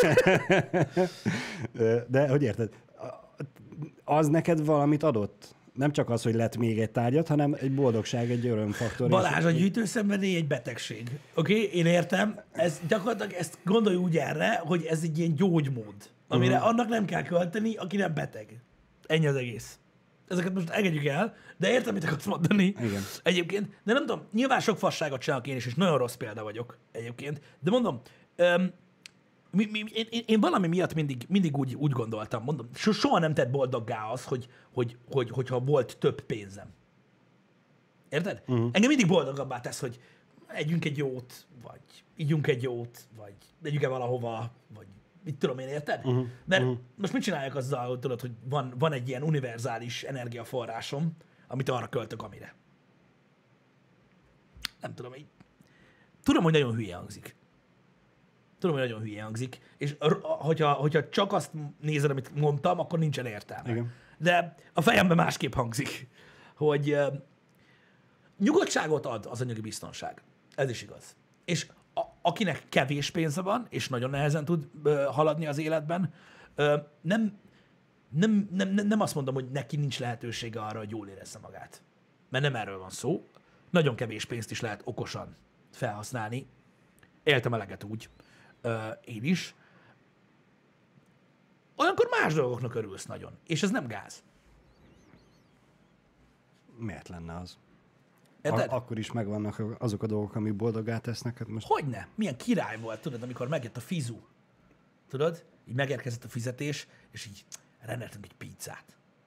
De hogy érted, az neked valamit adott? Nem csak az, hogy lett még egy tárgyat, hanem egy boldogság, egy örömfaktor. Balázs, a gyűjtőszenvedély egy betegség. Oké? Én értem. Ez gyakorlatilag ezt gondolj úgy erre, hogy ez egy ilyen gyógymód, amire annak nem kell költeni, aki nem beteg. Ennyi az egész. Ezeket most engedjük el, de értem, mit akarsz mondani. Igen. Egyébként, de nem tudom, nyilván sok fasságot csinálok én is, és nagyon rossz példa vagyok egyébként, de mondom, én valami miatt mindig úgy gondoltam, mondom, soha nem tett boldoggá az, hogyha volt több pénzem. Érted? Engem mindig boldogabbá tesz, hogy együnk egy jót, vagy ígyunk egy jót, vagy megyünk-e valahova, vagy mit tudom én, érted? Mert most mit csináljak azzal, hogy tudod, hogy van egy ilyen univerzális energiaforrásom, amit arra költök, amire. Nem tudom, tudom, hogy nagyon hülye hangzik. És hogyha csak azt nézed, amit mondtam, akkor nincsen értelme. Igen. De a fejemben másképp hangzik, hogy nyugodtságot ad az anyagi biztonság. Ez is igaz. És akinek kevés pénze van, és nagyon nehezen tud haladni az életben, nem azt mondom, hogy neki nincs lehetősége arra, hogy jól érezze magát. Mert nem erről van szó. Nagyon kevés pénzt is lehet okosan felhasználni. Éltem eleget úgy. Én is. olyankor más dolgoknak örülsz nagyon. És ez nem gáz. Miért lenne az? Érted? Akkor is megvannak azok a dolgok, amik boldoggá tesznek. Hát most Hogyne? Milyen király volt, tudod, amikor megjött a fizu. Tudod? Így megérkezett a fizetés, és így rendeltünk egy pizzát.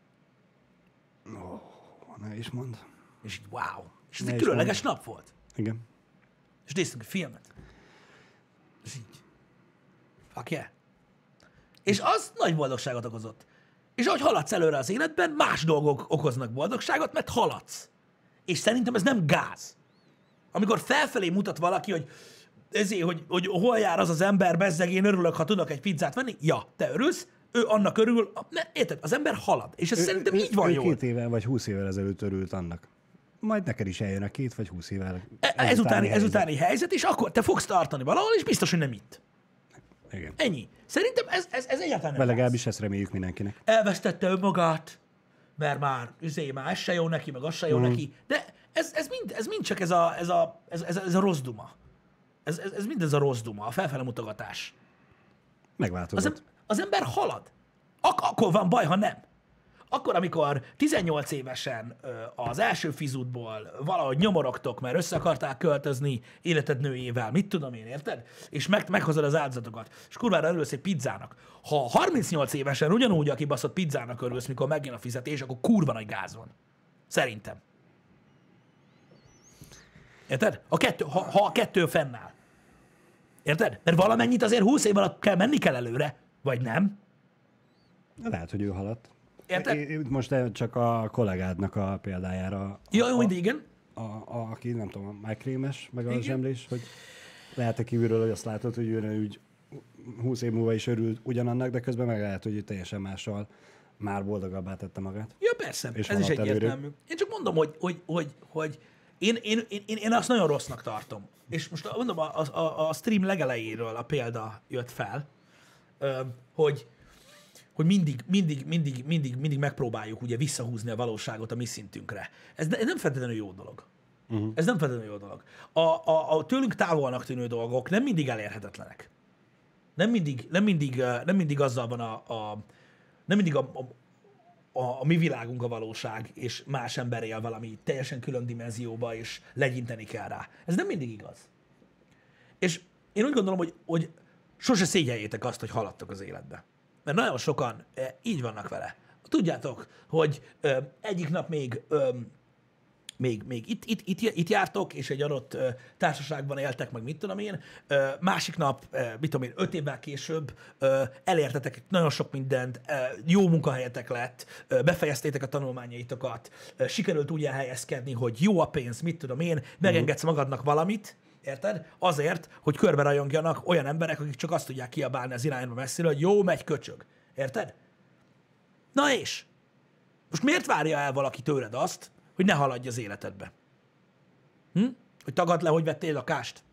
ne is mond. És így wow. És ez Ne egy is különleges nap volt. Igen. És néztünk egy filmet. És így. Fuck yeah. És az nagy boldogságot okozott. És ahogy haladsz előre az életben, más dolgok okoznak boldogságot, mert haladsz. És szerintem ez nem gáz. Amikor felfelé mutat valaki, hogy ezért, hogy hol jár az az ember, bezzeg, én örülök, ha tudok egy pizzát venni. Ja, te örülsz, ő annak örül, mert érted, az ember halad. És ez szerintem így van ő jól. 2 évvel vagy 20 évvel ezelőtt örült annak. Majd neked is eljön a 2 vagy 20 évvel. Ezutáni helyzet, és akkor te fogsz tartani valahol, és biztos, hogy nem itt. Igen. Ennyi. Szerintem ez egyáltalán nem Vagy gáz. legalábbis ezt reméljük mindenkinek. Elvesztette önmagát, mert már ez se jó neki, meg az se jó neki. De ez mind csak ez a rossz duma. Ez mind ez a rossz duma, a felfele mutogatás. Megváltozott. Az ember halad. Akkor van baj, ha nem. Akkor, amikor 18 évesen az első fizutból valahogy nyomorogtok, mert össze akarták költözni életed nőjével, mit tudom én, érted? És meghozod az áldozatokat, és kurvára örülsz egy pizzának. Ha 38 évesen ugyanúgy a kibaszott pizzának örülsz, mikor megjön a fizetés, akkor kurva nagy gáz van. Szerintem. Érted? Ha a kettő fennáll. Érted? Mert valamennyit azért 20 év alatt menni kell előre, vagy nem? Lehet, hogy ő haladt. Érted? Én most csak a kollégádnak a példájára. Jó, mindig igen. Aki nem tudom, a Mike Rémes, meg a Igen. zsemlés, hogy lehet-e kívülről, hogy azt látod, hogy ő úgy 20 év múlva is örült ugyanannak, de közben meg lehet, hogy ő teljesen mással már boldogabbá tette magát. Ja, persze, És ez is haladt egyértelmű. Én csak mondom, hogy én azt nagyon rossznak tartom. És most mondom, a stream legelejéről a példa jött fel, hogy mindig megpróbáljuk ugye visszahúzni a valóságot a mi szintünkre. Ez nem feltétlenül jó dolog. Ez nem feltétlenül jó dolog. A tőlünk távolnak tűnő dolgok nem mindig elérhetetlenek. Nem mindig azzal van nem mindig a mi világunk a valóság, és más ember él valami teljesen külön dimenzióba, és legyinteni kell rá. Ez nem mindig igaz. És én úgy gondolom, hogy sose szégyeljétek azt, hogy haladtok az életbe. Mert nagyon sokan így vannak vele. Tudjátok, hogy egyik nap még itt jártok, és egy adott társaságban éltek, meg mit tudom én, másik nap, mit tudom én, 5 évvel később elértetek nagyon sok mindent, jó munkahelyetek lett, befejeztétek a tanulmányaitokat, sikerült úgy elhelyezkedni, hogy jó a pénz, mit tudom én, megengedsz magadnak valamit, érted? Azért, hogy körbe rajongjanak olyan emberek, akik csak azt tudják kiabálni az irányba messziről, hogy jó, megy köcsög. Érted? Na és? Most miért várja el valaki tőled azt, hogy ne haladj az életedbe? Hogy tagadd le, hogy vettél lakást?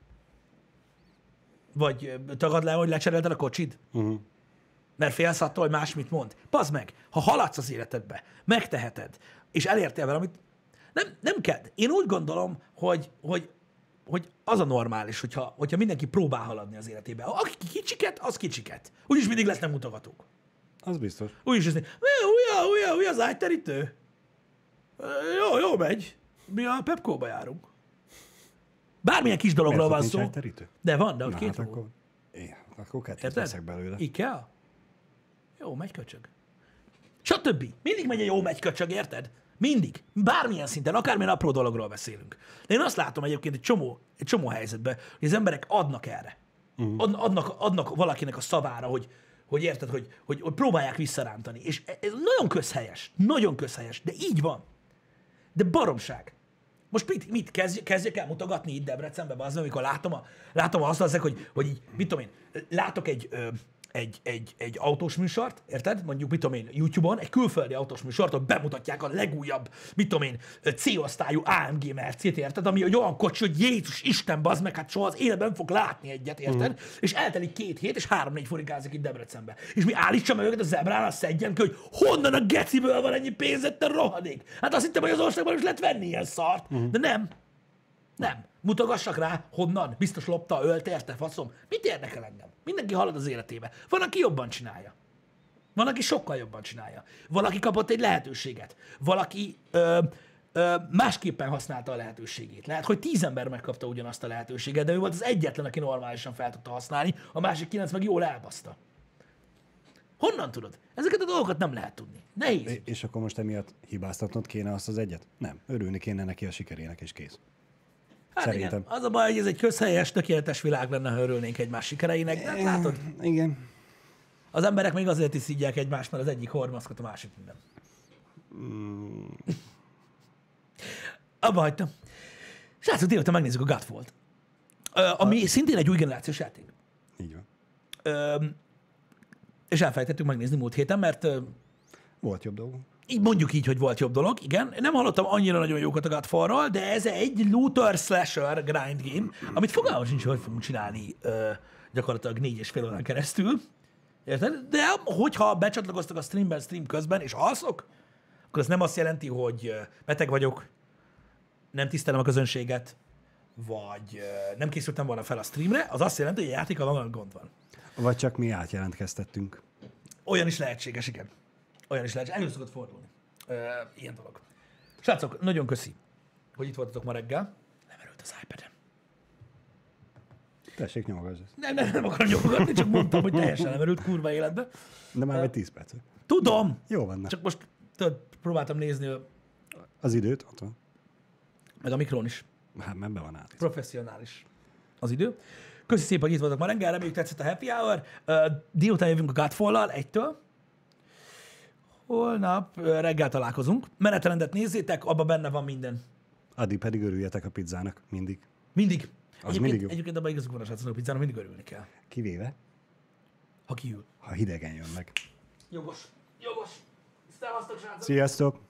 Vagy tagadd le, hogy lecserélted a kocsid? Mert félsz attól, hogy más mit mond? Pazd meg, ha haladsz az életedbe, megteheted, és elértél valamit, nem kell. Én úgy gondolom, hogy az a normális, hogyha mindenki próbál haladni az életébe. Aki kicsiket, az kicsiket. Úgyis mindig lesznek mutogatók. Az biztos. Úgyis ez újja az ágyterítő. Jó megy. Mi a Pepco-ba járunk. Bármilyen kis dologról van Nincs szó. ágyterítő? De van, de ott Na, két hát ló. akkor kettőt Érted? veszek belőle. IKEA? Jó, megy köcsög. Stb. Mindig megy a jó megy köcsög, érted? Mindig. Bármilyen szinten, akármilyen apró dologról beszélünk. De én azt látom egyébként egy csomó helyzetben, hogy az emberek adnak erre. Adnak valakinek a szavára, hogy érted, hogy próbálják visszarántani. És ez nagyon közhelyes, de így van. De baromság. Most mit kezdjek el mutogatni itt Debrecenben, az, amikor látom azt, hogy így, mit tudom én, látok egy autós műsort, érted? Mondjuk, mit tudom én, YouTube-on, egy külföldi autós műsort, hogy bemutatják a legújabb, mit tudom én, C-osztályú AMG Mercét, érted? Ami egy olyan kocsi, hogy Jézus Isten, bazd meg, hát soha az életben fog látni egyet, érted? És eltelik 2 hét, és 3-4 furikázik itt Debrecenbe. És mi állítsam meg őket a zebrán, azt szedjen ki, hogy honnan a geciből van ennyi pénzed, te rohadék? Hát azt hittem, hogy az országban is lehet venni ilyen szart, de nem. Nem. Mutogassak rá, honnan? Biztos lopta, ölt, érte, faszom. Mit érdekel engem? Mindenki halad az életébe. Van, aki jobban csinálja. Van, aki sokkal jobban csinálja. Valaki kapott egy lehetőséget. Valaki másképpen használta a lehetőségét. Lehet, hogy 10 ember megkapta ugyanazt a lehetőséget, de ő volt az egyetlen, aki normálisan fel tudta használni, a másik 9 meg jól elbaszta. Honnan tudod? Ezeket a dolgokat nem lehet tudni. Nehéz. És akkor most emiatt hibáztatnod kéne azt az egyet? Nem. Örülni kéne neki a sikerének, és kész. Hát Szerintem. igen. Az a baj, hogy ez egy közhelyes, tökéletes világ lenne, ha örülnénk egymás sikereinek, de hát látod, Igen. az emberek még azért is szidják egymást, mert az egyik hormaszkot, a másik minden. Abba hagytam. Srácok, délután megnézzük a Godfall-t. Ami szintén egy új generációs játék. Így van. És elfelejtettük megnézni múlt héten, mert Volt jobb dolgunk. így mondjuk így, hogy volt jobb dolog, igen. Nem hallottam annyira nagyon jókat a Godfall-ról, de ez egy looter-slasher grind game, amit fogalmam sincs, hogy fogunk csinálni gyakorlatilag 4,5 órán keresztül. Érted? De hogyha becsatlakoztak a stream közben, és alszok, akkor ez nem azt jelenti, hogy beteg vagyok, nem tisztelem a közönséget, vagy nem készültem volna fel a streamre, az azt jelenti, hogy a játékkal valami gond van. Vagy csak mi átjelentkeztettünk. Olyan is lehetséges, igen. Olyan is lehetséges. Elő szokott fordulni. Ilyen dolog. Srácok, nagyon köszi, hogy itt voltatok ma reggel. Nem erőlt az iPad-em. Tessék, nyomogass ezt. Nem akarom nyomogatni, csak mondtam, hogy teljesen nem erőlt kurva életbe. De már vagy 10 perc. Tudom! Jó van, na. Csak most tudod, próbáltam nézni, Az időt, ott van. meg a mikrón is. Hát már be van át. Professzionális az idő. Köszi szépen, hogy itt voltak ma reggel, reméljük tetszett a happy hour. Délután jövünk a Godfall-lal, 1-től. Holnap reggel találkozunk. Menetrendet nézzétek, abban benne van minden. Addig pedig örüljetek a pizzának, mindig. Mindig. mindig jó. Egyébként abban igazuk van a srácoknak, a pizzának mindig örülni kell. Kivéve, Ha kiül. ha hidegen jön meg. Jogos. Jogos. Szevasztok, srácok! Sziasztok!